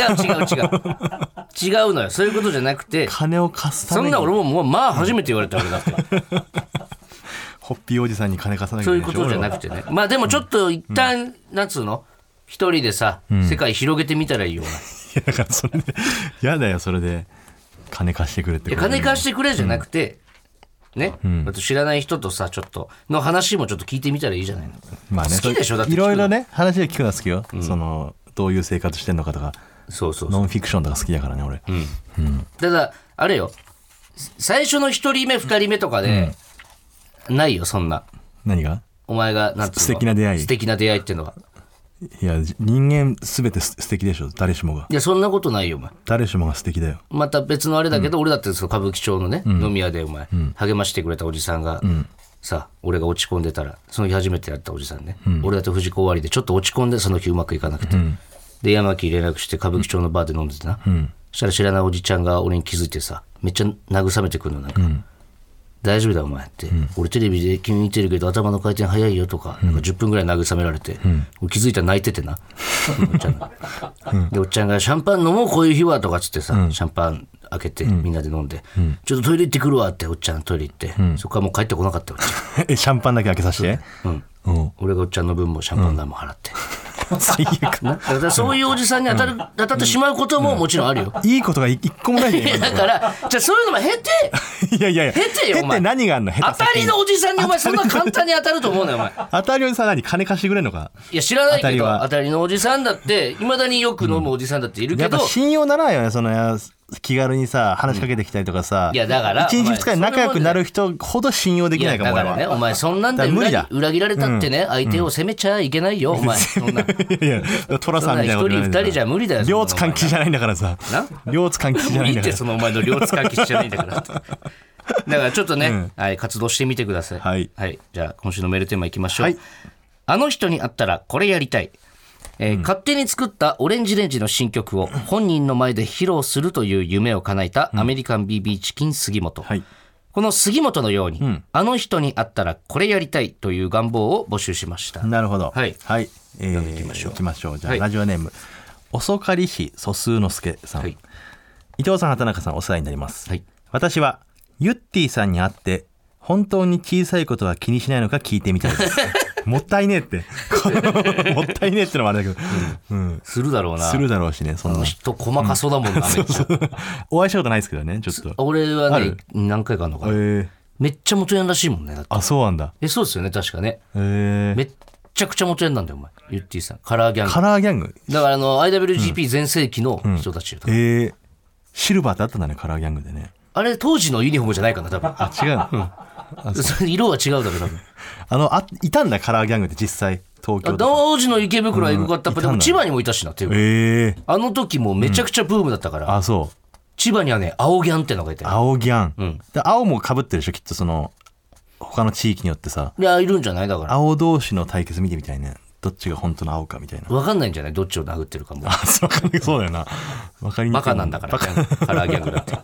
違うのよ。そういうことじゃなくて、 金を貸すために。 そんな俺もまあ初めて言われたわけだってホッピーおじさんに金貸さなきゃいけない。 そういうことじゃなくてね。まあでもちょっと一旦、なんつうの、一人でさ、世界広げてみたらいいよ。 いやだからそれでやだよ、それで金貸してくれって。 金貸してくれじゃなくて、ね、知らない人とさちょっとの話もちょっと聞いてみたらいいじゃないの。 まあね、 好きでしょだっていろいろね話で聞くのは好きよ、どういう生活してんのかとか。 そうノンフィクションとか好きだからね俺。 ただあれよ、最初の1人目2人目とかで、ないよそんな。 何がお前がなんつうの素敵な出会い。 素敵な出会いっていうのは。 いや人間すべて素敵でしょ、誰しもが。 いやそんなことないよお前。 誰しもが素敵だよ。 また別のあれだけど、俺だってその歌舞伎町のね、飲み屋でお前、励ましてくれたおじさんが、さ俺が落ち込んでたら、その日初めてやったおじさんね、俺だって藤子終わりでちょっと落ち込んでその日うまくいかなくて、で山木連絡して歌舞伎町のバーで飲んでてな、そしたら知らないおじちゃんが俺に気づいてさ、めっちゃ慰めてくるの。なんか、大丈夫だお前って、俺テレビで君見てるけど頭の回転早いよとか、なんか10分ぐらい慰められて、気づいたら泣いててな、おっちゃんが、でおっちゃんがシャンパン飲もうこういう日はとかっつってさ、シャンパン開けてみんなで飲んで、ちょっとトイレ行ってくるわっておっちゃんトイレ行って、そこからもう帰ってこなかったおっちゃんシャンパンだけ開けさせて、 俺がおっちゃんの分もシャンパン代も払って、 最悪だからそういうおじさんに当たってしまうことももちろんあるよ。 いいことが一個もないじゃんだからじゃあそういうのも経ていやいやいや経てよお前。 何があんの。 当たりのおじさんにお前そんな簡単に当たると思うのよお前。 当たりのおじさん何金貸してくれんのか。 いや知らないけど当当たりのおじさんだっていまだによく飲むおじさんだっているけど、 やっぱ信用ならないよね、その気軽にさ話しかけてきたりとかさ、 いやだから 1日2日で仲良くなる人ほど信用できないかも。 いやだからねお前そんなんで裏切られたってね、相手を責めちゃいけないよお前。そんないや寅さんみたいなこと一人二人じゃ無理だよ。 両津勘吉じゃないんだからさ。両津勘吉じゃないんだから。 いいってそのお前の両津勘吉じゃないんだからってだからちょっとね、はい、活動してみてください。 はい、 じゃあ今週のメールテーマいきましょう、 はい、 あの人に会ったらこれやりたい。勝手に作ったオレンジレンジの新曲を本人の前で披露するという夢を叶えたアメリカン BB チキン杉本、 はい、 この杉本のように、あの人に会ったらこれやりたいという願望を募集しました。 なるほど。 はい、 はい、行きましょう。じゃあ、ラジオネーム遅刈市疎数之助さん、伊藤さん畑中さんお世話になります、私はゆってぃさんに会って本当に小さいことは気にしないのか聞いてみたいですもったいねえってもったいねえってのもあれだけど、 するだろうな。 するだろうしね。そんな人細かそうだもんな、めっちゃお会いしたことないですけどね。ちょっと俺はね何回かあるのかな、めっちゃ元ヤンらしいもんね。だってあ、そうなんだ。 そうですよね、確かね。めっちゃくちゃ元ヤンなんだよお前。ゆってぃさんカラーギャングだからIWGP 全盛期の人たちよ、 シルバーってあったんだね、カラーギャングでね。 あれ当時のユニフォームじゃないかな多分。 あ、違うの、 色は違うだろう多分。 いたんだカラーギャングって実際東京とか。 当時の池袋はエグかった、でも千葉にもいたしなっていう、あの時もめちゃくちゃブームだったから、 あ、そう。 千葉にはね青ギャンってのがいて、 青ギャン、で青も被ってるでしょきっと、その他の地域によってさ。 いやいるんじゃない。だから青同士の対決見てみたいね。どっちが本当の青かみたいな。 分かんないんじゃない、どっちを殴ってるかも。 そうだよな、分かりにくい。 バカなんだからカラーギャングだって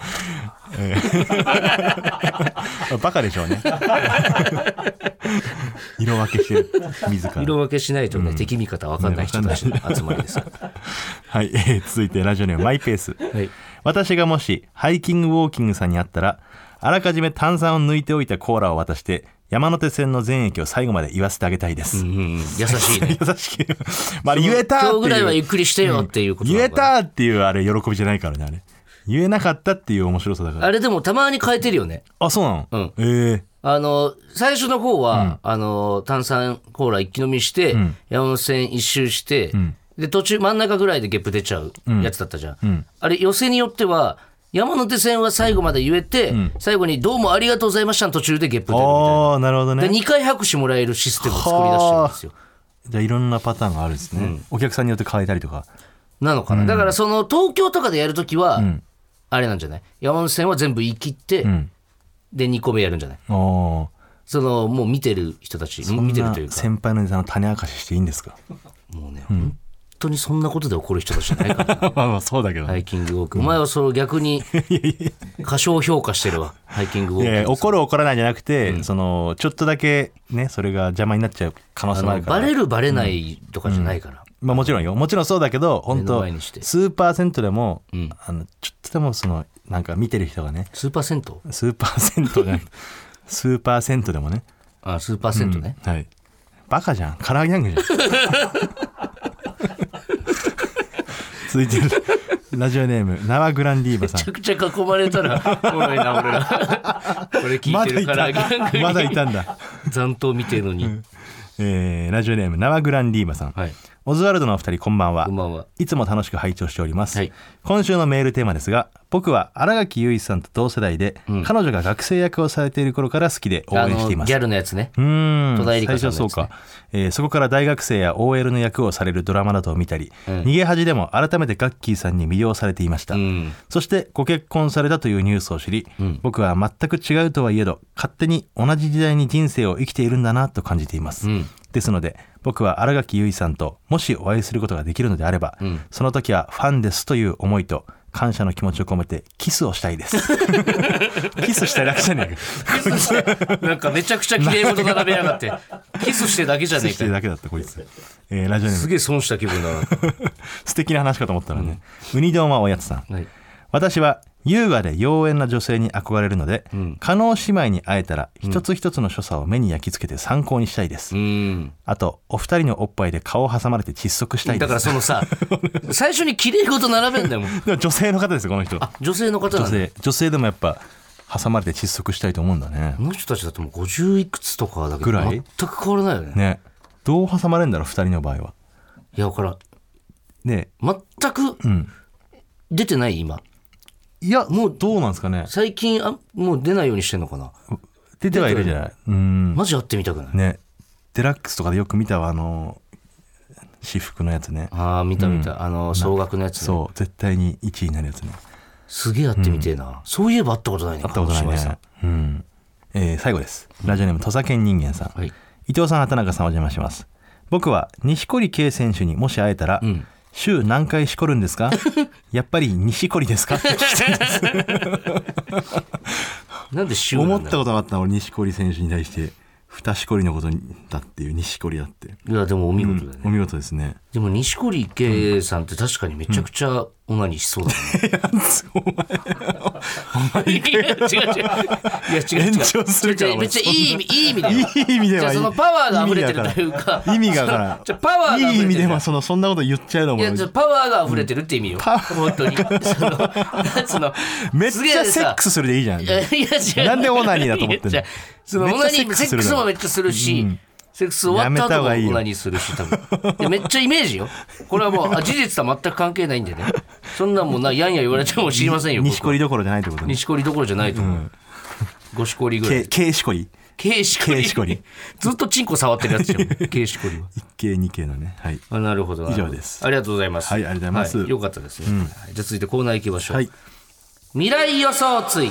バカでしょうね色分けしてる自ら。 色分けしないとね、敵味方分かんない人たちの集まりですはい、続いてラジオネームマイペース、私がもしハイキングウォーキングさんに会ったら、あらかじめ炭酸を抜いておいたコーラを渡して、 山手線の全駅を最後まで言わせてあげたいです、 優しいね優しいまあ言えたっていう今日ぐらいはゆっくりしてよっていうことな言えのかな、 たっていうあれ喜びじゃないからね、あれ言えなかったっていう面白さだから。 あれでもたまに変えてるよね。 あ、そうなの。 最初の方は、炭酸コーラ一気飲みして、山手線一周して、で途中真ん中ぐらいでゲップ出ちゃうやつだったじゃん、あれ寄せによっては山手線は最後まで言えて、最後にどうもありがとうございましたの途中でゲップ出るみたいな。 なるほどね。 で2回拍手もらえるシステムを作り出してるんですよ。 じゃあいろんなパターンがあるんですね、お客さんによって変えたりとかなのかな、だからその東京とかでやるときは、あれなんじゃない、山手線は全部言い切って、で2個目やるんじゃない。そのもう見てる人たち見てるというか、 先輩のネタの種明かししていいんですか。 もうね、本当にそんなことで怒る人たちじゃないから、ね、 まあそうだけど、 ハイキングウォーク、お前はそれを逆に過小評価してるわハイキングウォーク。 怒る怒らないじゃなくて、そのちょっとだけねそれが邪魔になっちゃう可能性もあるから、 バレるバレないとかじゃないから、 まあ、もちろんよ、もちろんそうだけど本当数パーセントでも、ちょっとでもそのなんか見てる人がね、 数パーセント数パーセントね数パーセントでもね、 数パーセントね、 はい、バカじゃん、カラーギャングじゃん続いてるラジオネームナワグランディーバさん。 めちゃくちゃ囲まれたらおもろいな俺らこれ聞いてるからギャングにまだいたんだ残党見てるのに、 ラジオネームナワグランディーバさん、はい、オズワルドのお二人こんばんは。 こんばんは。 いつも楽しく拝聴しております、 はい、 今週のメールテーマですが、僕は新垣結衣さんと同世代で、彼女が学生役をされている頃から好きで応援しています。 ギャルのやつね。 戸田恵梨香さんのやつね。最初そうか、そこから大学生や OL の役をされるドラマなどを見たり、逃げ恥でも改めてガッキーさんに魅了されていました、そしてご結婚されたというニュースを知り、僕は全く違うとはいえど勝手に同じ時代に人生を生きているんだなと感じています、ですので僕は新垣結衣さんともしお会いすることができるのであれば、その時はファンですという思いと感謝の気持ちを込めてキスをしたいですキスしたいだけじゃねえか。 キスしてなんかめちゃくちゃ綺麗事並べやがってキスしてだけじゃねえか。 キスしてだけだったこいつ、ラジオネームすげえ損した気分だな素敵な話かと思ったらね、ウニドンはおやつさん、はい、私は優雅で妖艶な女性に憧れるので、加納姉妹に会えたら一つ一つの所作を目に焼き付けて参考にしたいです、あとお二人のおっぱいで顔を挟まれて窒息したいです。 だからそのさ最初に綺麗事並べんだよもんでも女性の方ですよこの人。 女性の方なんだ。 女性でもやっぱ挟まれて窒息したいと思うんだね。 この人たちだともう50いくつとかだけど全く変わらないよ ね。 どう挟まれるんだろう2人の場合は。 いやだからね全く出てない今。 いやもうどうなんですかね最近もう出ないようにしてんのかな。 出てはいるじゃない。 マジ会ってみたくないね。デラックスとかでよく見たわ私服のやつね。 見た総額のやつね。 そう絶対に1位になるやつね。 すげえ会ってみてえな、そういえば会ったことないね。 会ったことないね。最後です。ラジオネーム土佐犬人間さん、はい、伊藤さん畑中さんお邪魔します。僕は錦織圭選手にもし会えたら、週何回しこるんですかやっぱり西堀ですかなんで週なんだ。 思ったことなかった俺錦織選手に対して二しこりのことだっていう錦織だって。 いやでもお見事だね、 お見事ですね。 でも錦織圭さんって確かにめちゃくちゃオナニーしそうだね、いや違う延長するからめっちゃいい意味でいい意味ではそのパワーが溢れてるというか意味がからじゃパワーが溢れてるいい意味ではそんなこと言っちゃうのもいやパワーが溢れてるって意味よ、本当にめっちゃセックスするでいいじゃん。いや違うなんでオナニーだと思ってんの。 そのオナニーセックスもめっちゃするし、セックス終わった後もオナニーするし多分いやめっちゃイメージよこれはもう事実とは全く関係ないんでね。そんなんもうやんや言われても知りませんよ。 錦織どころじゃないってことね。 錦織どころじゃないと思う、5しこりぐらい。 Kしこりずっとチンコ触ってるやつじゃんKしこりは。 1系2系のね。はい。 なるほど。 以上です。 ありがとうございます。 はい、ありがとうございます。 よかったですね、じゃあ続いてコーナー行きましょう、 はい、 未来予想追、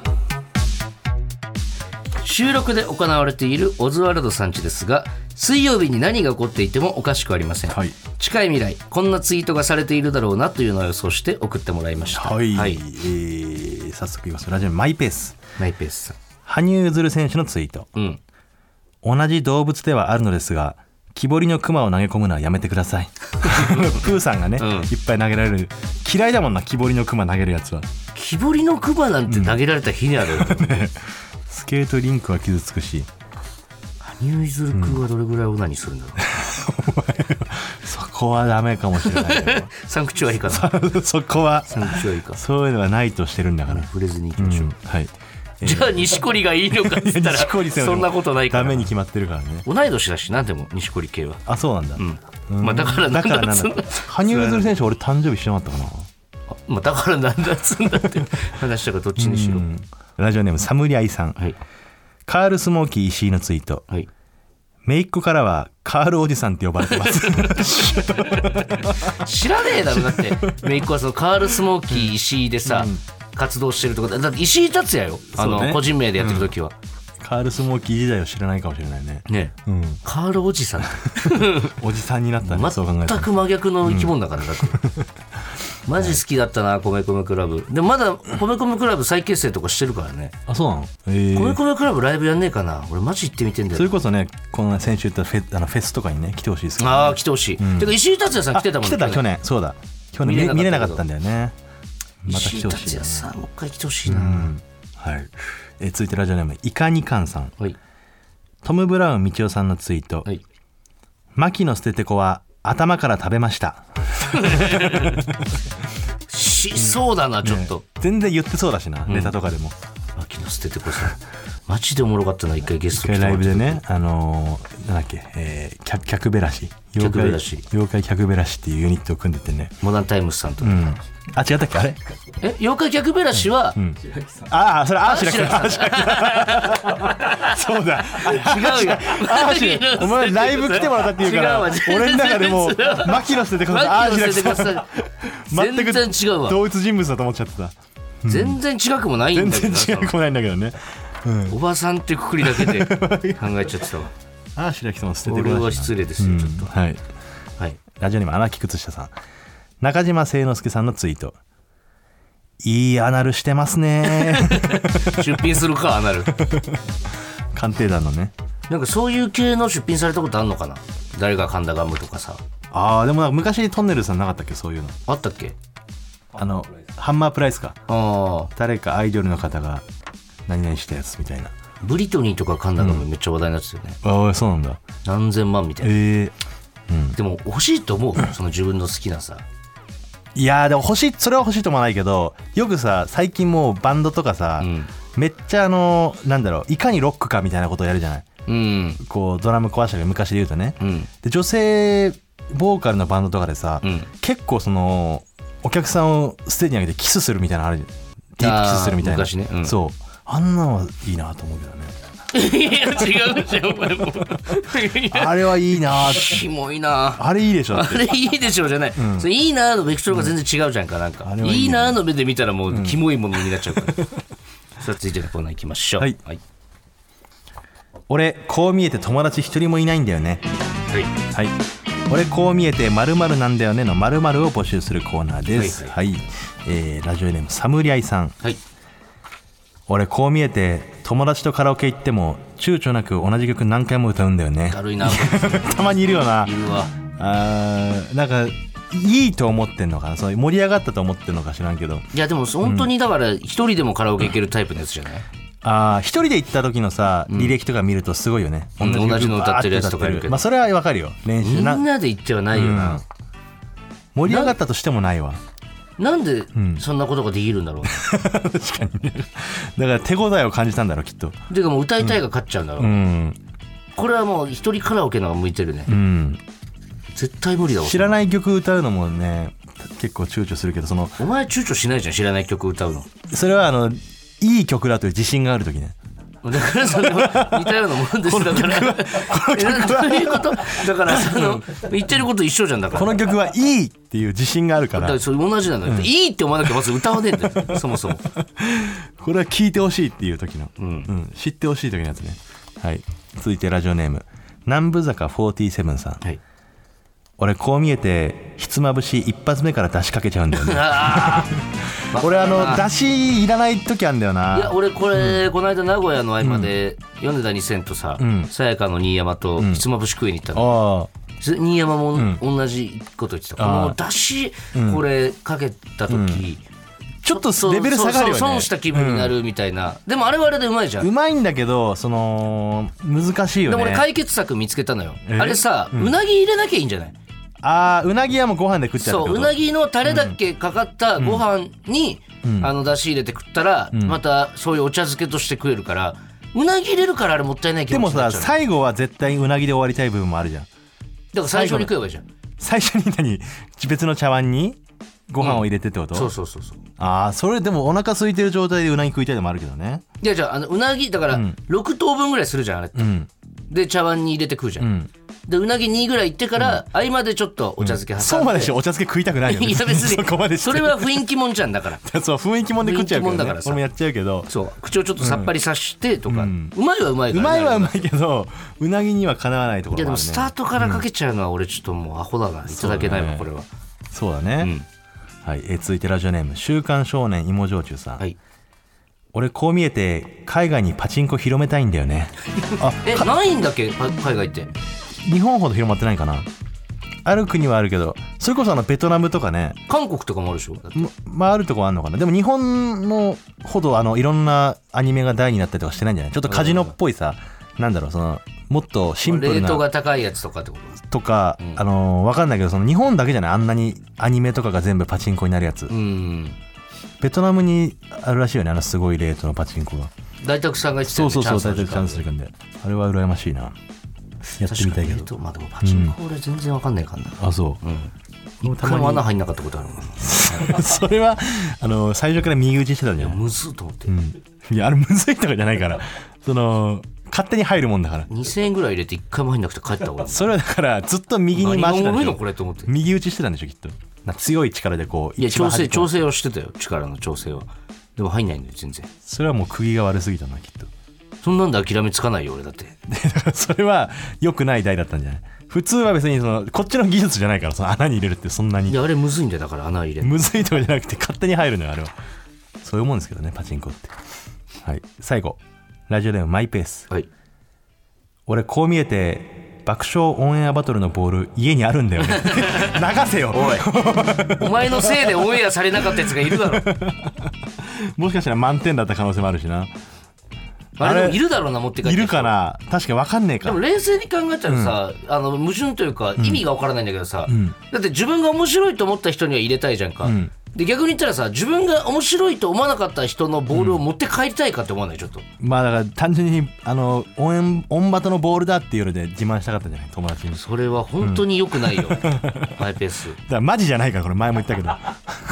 収録で行われているオズワルドさんちですが、水曜日に何が起こっていてもおかしくありません、はい、近い未来こんなツイートがされているだろうなというのを予想して送ってもらいました。 はい、早速言います。ラジオマイペースさん、 羽生結弦選手のツイート、同じ動物ではあるのですが木彫りのクマを投げ込むのはやめてくださいプーさんがね、いっぱい投げられる。嫌いだもんな木彫りのクマ投げるやつは。 木彫りのクマなんて投げられた日にある、 スケートリンクは傷つくし羽生結弦君はどれぐらいオナニーするんだろう、 そこはダメかもしれないけどサンクチュアリかなそこはサンクチュアリかそういうのはないとしてるんだから、 触れずにいきましょう、 はいじゃあ錦織がいいのかっつったら錦織さんそんなことないからダメに決まってるからね。 同い年だしなでも錦織系は、 あそうなんだ、 まあ、だからなんだっつんだ羽生結弦選手俺誕生日してなかったかな。 まあ、だからなんだっつんだって話したからどっちにしろ、 ラジオネームサムリアイさん、 はいカールスモーキー石井のツイート、 はい、 姪っ子からはカールおじさんって呼ばれてます知らねえだろだって姪っ子はそのカールスモーキー石井でさ、活動してるとこだって石井達也よそうね個人名でやってる時は、 カールスモーキー時代を知らないかもしれないね。 ね、カールおじさんおじさんになったね、そう考えたら全く真逆の生き物だからだってマジ好きだったな米米クラブでもまだ米米クラブ再結成とかしてるからね。 あそうなの、 米米クラブライブやんねえかな俺マジ行ってみてんだよ。 それこそねこの先週言ったフェスとかにね来てほしいですけど、ね、 ああ来てほしい、てか石井達也さん来てたもんね。 来てた去年そうだ去年見れなかったんだよね。また来てほしい石井達也さんもう一回来てほしいな、 はい、続いてラジオネームイカニカンさん、 はい、 トム・ブラウン道夫さんのツイート、 はい、 牧野捨ててこは頭から食べましたしそうだなちょっと、 ね、全然言ってそうだしな、ネタとかでも牧野捨ててこさマジでおもろかったな。一回ゲスト一回ライブでねなんだっけ、客べらし妖怪客べらしっていうユニットを組んでてね、 モダンタイムスさんと、 あ違ったっけあれ妖怪客べらしは、 ああそれあーしらきさんそうだ違うよお前ライブ来てもらったっていうから俺の中でもう牧野捨ててこあーしらきさん全然違うわ同一人物だと思っちゃってた。 全然違くもないんだけど全然違くもないんだけどね、 おばさんってくくりだけで考えちゃってたわあーしらきさんも捨ててく俺は失礼ですよ、ちょっとはい、 はい、 ラジオネーム穴木靴下さん、中島誠之助さんのツイート、いいアナルしてますね出品するかアナル鑑定団のね、 なんかそういう系の出品されたことあんのかな。誰が噛んだガムとかさ。 あーでもなんか昔トンネルズさんなかったっけそういうのあったっけ。 ハンマープライスか、 あ誰かアイドルの方が何々したやつみたいな。 ブリトニーとか噛んだガムめっちゃ話題になってたよね、 ああそうなんだ。 何千万みたいな、でも欲しいと思うその自分の好きなさ。 いやーでもそれは欲しいともないけど、よくさ最近もうバンドとかさ、めっちゃなんだろういかにロックかみたいなことをやるじゃない、こうドラム壊したり昔で言うとね、で女性ボーカルのバンドとかでさ、結構そのお客さんをステージに上げてキスするみたいなのあるじゃん。ディープキスするみたいな昔ね、 そうあんなのはいいなと思うけどねいや違うじゃんお前もあれはいいなキモいなあれいいでしょあれいいでしょじゃない、それいいなのベクトルが全然違うじゃんか、なんかいいなの目で見たらもうキモいものになっちゃうから、さあ続いてのコーナー行きましょう。 はい俺こう見えて友達一人もいないんだよね。はい、俺こう見えて〇〇なんだよねの〇〇を募集するコーナーです。はいラジオネームサムリアイさん、俺こう見えて友達とカラオケ行っても躊躇なく同じ曲何回も歌うんだよね。 軽いなたまにいるよな。 いるわ。 なんかいいと思ってんのかな、そう盛り上がったと思ってんのか知らんけど。 いやでも本当にだから一人でもカラオケ行けるタイプのやつじゃない、 一人で行った時のさ履歴とか見るとすごいよね、 同じの歌ってるやつとかいるけど、 まあそれはわかるよ。練習みんなで行ってはないよな、 盛り上がったとしてもないわ。 なんでそんなことができるんだろう、 確かにね。だから手応えを感じたんだろうきっと。 てかもう歌いたいが勝っちゃうんだろう、これはもう一人カラオケの方が向いてるね、絶対無理だわ。 知らない曲歌うのもね結構躊躇するけど、 お前躊躇しないじゃん知らない曲歌うの。 それはいい曲だという自信がある時ね。 だからそれは似たようなもんですだからどういうことだから言ってること一緒じゃん。だからこの曲はいいっていう自信があるから、 だからそれ同じなんだよ、いいって思わなきゃまず歌わねえんだよそもそもこれは聴いてほしいっていう時の、知ってほしい時のやつね。はい続いてラジオネーム南部坂47さん、俺こう見えてひつまぶし一発目から出しかけちゃうんだよね俺出しいらない時あるんだよな。 いや俺これ、この間名古屋の合間で、米田2000とささやかの新山とひつまぶし食いに行ったの、新山も同じこと言ってた、このだしこれかけた時、 ちょっとレベル下がるよね。 そう損した気分になるみたいな、でもあれはあれでうまいじゃん。 うまいんだけどその難しいよね。 でも俺解決策見つけたのよ。あれさ、うなぎ入れなきゃいいんじゃない？ うなぎはもうご飯で食っちゃうってこと。 そう、うなぎのタレだけかかったご飯に、出汁入れて食ったら、またそういうお茶漬けとして食えるから、うなぎ入れるからあれもったいない気持ちになっちゃう。 でもさ、最後は絶対うなぎで終わりたい部分もあるじゃん。 だから最初に食えばいいじゃん。 最初に別の茶碗にご飯を入れてってこと、 そう。 それでもお腹空いてる状態でうなぎ食いたいのもあるけどね。 いや、じゃあうなぎだから6等分ぐらいするじゃんあれって、で茶碗に入れて食うじゃん、でうなぎ2ぐらいいってから、合間でちょっとお茶漬け挟んで、 そうまでしょ。お茶漬け食いたくないよね。 いや別にそこまでしてそれは雰囲気もんじゃんだからそう雰囲気もんで食っちゃうけど、ね、 雰囲気もんだからさ俺もやっちゃうけど、 そう口をちょっとさっぱりさしてとか、うまいはうまいから、ね、 うまいはうまいけどうなぎにはかなわないところもあるね。 いやでもスタートからかけちゃうのは俺ちょっともうアホだな、いただけないわこれは。 そうだね、はい。続いてラジオネーム週刊少年芋焼酎さん、はい。俺こう見えて海外にパチンコ広めたいんだよね。 ないんだっけ海外って。 日本ほど広まってないかな。ある国はあるけど、それこそベトナムとかね、 韓国とかもあるでしょ。 あるとこあるのかな。でも日本のほどいろんなアニメが大になったりとかしてないんじゃない。ちょっとカジノっぽいさ、なんだろう、そのもっとシンプルなレートが高いやつとかってこととか、分かんないけど、その日本だけじゃない、あんなにアニメとかが全部パチンコになるやつ、ベトナムにあるらしいよね、すごいレートのパチンコが。 大沢さんが言ってたよね。 そう大沢チャンス時間で、あれは羨ましいな。やってみたいけど。 まあでもパチンコ俺全然わかんないからな。 あ、そう。 一回も穴入んなかったことあるもん。 それは最初から右打ちしてたんじゃん。 むずっと思って。 いやあれむずいとかじゃないから、勝手に入るもんだから。 2000円ぐらい入れて一回も入んなくて帰った方が。 それはだからずっと右に回してたんでしょ。 これと思って右打ちしてたんでしょきっと。強い力でこう。 いや調整をしてたよ、力の調整は。でも入んないんだよ全然。 それはもう釘が悪すぎたなきっと。 そんなんで諦めつかないよ俺だって。 だからそれは良くない台だったんじゃない。普通は別にこっちの技術じゃないから、その穴に入れるってそんなに。 いやあれむずいんだよ、だから穴入れる。 むずいとかじゃなくて勝手に入るのよあれは。そういうもんですけどね、パチンコって。はい。最後ラジオネームマイペース。はい。俺こう見えて爆笑オンエアバトルのボール家にあるんだよね。流せよおい。お前のせいでオンエアされなかったやつがいるだろ。 もしかしたら満点だった可能性もあるしな。 あれでもいるだろうな、持って帰って。 いるかな。確かに分かんねえか。 でも冷静に考えたらさ、矛盾というか意味が分からないんだけどさ、だって自分が面白いと思った人には入れたいじゃんか、で逆に言ったらさ、自分が面白いと思わなかった人のボールを持って帰りたいかって思わないちょっと。 まあだから単純にオンバトのボールだっていうので自慢したかったんじゃない、友達に。 それは本当に良くないよ、マイペース。 だからマジじゃないから、これ前も言ったけどな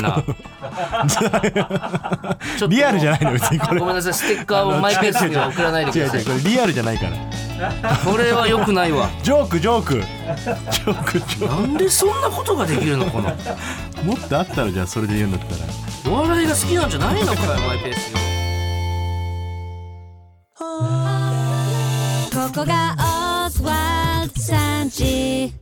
あリアルじゃないの別にこれ。 ごめんなさい、ステッカーをマイペースには送らないでください。 違うこれリアルじゃないから。 これは良くないわ。 ジョークなんでそんなことができるのかな。 もっとあったら、じゃあそれで言うんだったら。 お笑いが好きなんじゃないのかよ、マイペースよ。 ここがオズワルドさんち。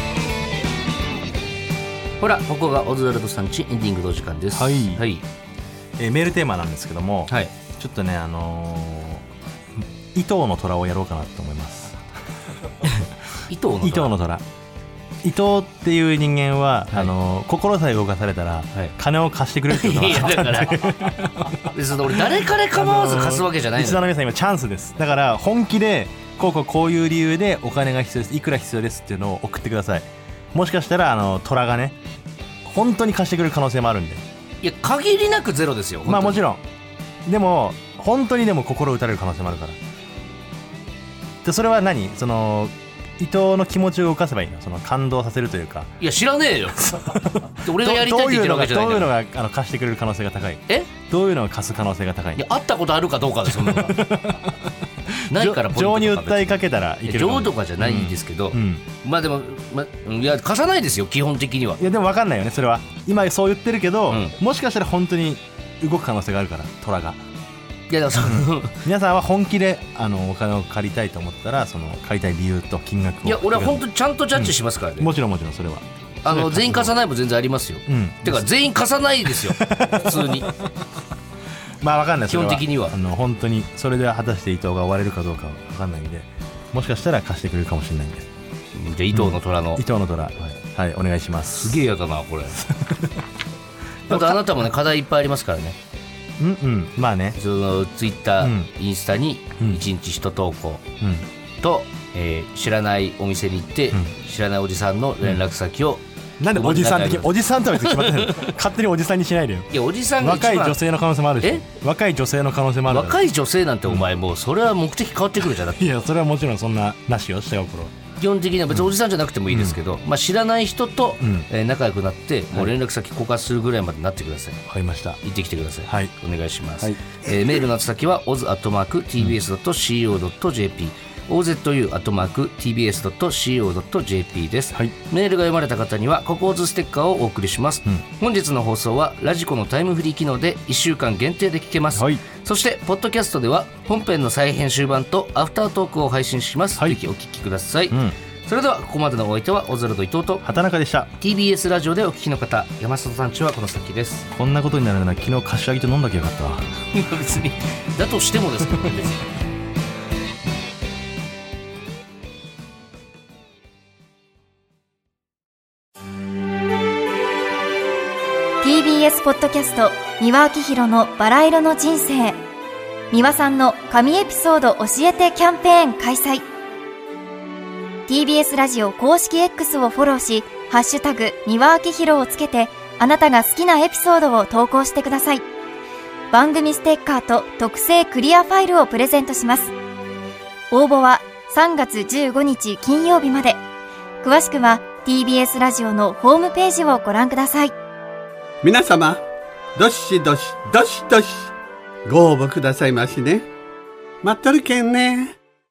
ほら、ここがオズワルドさんち、エンディングの時間です。 はい、 はい。 メールテーマなんですけども、はい、ちょっとね伊藤の虎をやろうかなと思います。 伊藤の虎。 伊藤っていう人間は、はい、心さえ動かされたら、はい、金を貸してくれるってことなんです。いやだから別に俺誰彼構わず貸すわけじゃないの。 リスナーの皆さん今チャンスです。だから本気でこういう理由でお金が必要です、いくら必要ですっていうのを送ってください。もしかしたら虎がね本当に貸してくれる可能性もあるんで。 いや限りなくゼロですよ。 まあもちろん。でも本当に心打たれる可能性もあるから。でそれは何、伊藤の気持ちを動かせばいいの、感動させるというか。 いや知らねえよ。俺がやりたいって言ってるわけじゃないんだよ。 どういうのが貸してくれる可能性が高い。どういうのが貸す可能性が高い。 いや会ったことあるかどうかでそんなのないから。 情に訴えかけたらいける。 情とかじゃないんですけど、まあでも、いや貸さないですよ基本的には。 いやでも分かんないよねそれは。今そう言ってるけど、もしかしたら本当に動く可能性があるから、虎が。 いやだから皆さんは本気でお金を借りたいと思ったら、借りたい理由と金額を。 いや俺は本当にちゃんとジャッジしますからね。 もちろんそれは全員貸さないも全然ありますよ。てか全員貸さないですよ普通に。 まあ分かんない、 基本的には本当にそれで果たして伊藤が終われるかどうかは分かんないんで、もしかしたら貸してくれるかもしれないんで。 じゃあ伊藤の虎の、 伊藤の虎、はい、お願いします。 すげえやだなこれ。 あとあなたもね課題いっぱいありますからね。 まあね。 そのツイッター、インスタに1日1投稿と、知らないお店に行って、知らないおじさんの連絡先を、 なんでおじさんっておじさんとは別に決まってない勝手におじさんにしないでよ。 いやおじさんが一番若い女性の可能性もあるし。若い女性の可能性もある。 若い女性なんてお前もうそれは目的変わってくるじゃなくて。 いやそれはもちろんそんななしよ下心。 基本的には別におじさんじゃなくてもいいですけど、知らない人と、仲良くなってもう連絡先交換するぐらいまでなってください。 わかりました。 行ってきてください。 はい、 お願いします。 はい、 メールの宛先は oz@tbs.co.jp ozu@tbs.co.jp です、メールが読まれた方にはココーズステッカーをお送りします、本日の放送はラジコのタイムフリー機能で1週間限定で聞けます、そしてポッドキャストでは本編の再編集版とアフタートークを配信します、ぜひお聞きください、それではここまでのお相手はオズワルド伊藤と畑中でした。 TBS ラジオでお聞きの方、山里さんちはこの先です。 こんなことになるなら昨日柏木と飲んだきゃよかったわ。 別にだとしてもですけどね。 TBS ポッドキャスト三輪明宏のバラ色の人生。三輪さんの神エピソード教えてキャンペーン開催。 TBS ラジオ公式 X をフォローし、ハッシュタグ三輪明宏をつけてあなたが好きなエピソードを投稿してください。番組ステッカーと特製クリアファイルをプレゼントします。応募は3月15日金曜日まで。詳しくは TBS ラジオのホームページをご覧ください。 皆様、どしどしどしどしご応募くださいましね。待っとるけんね。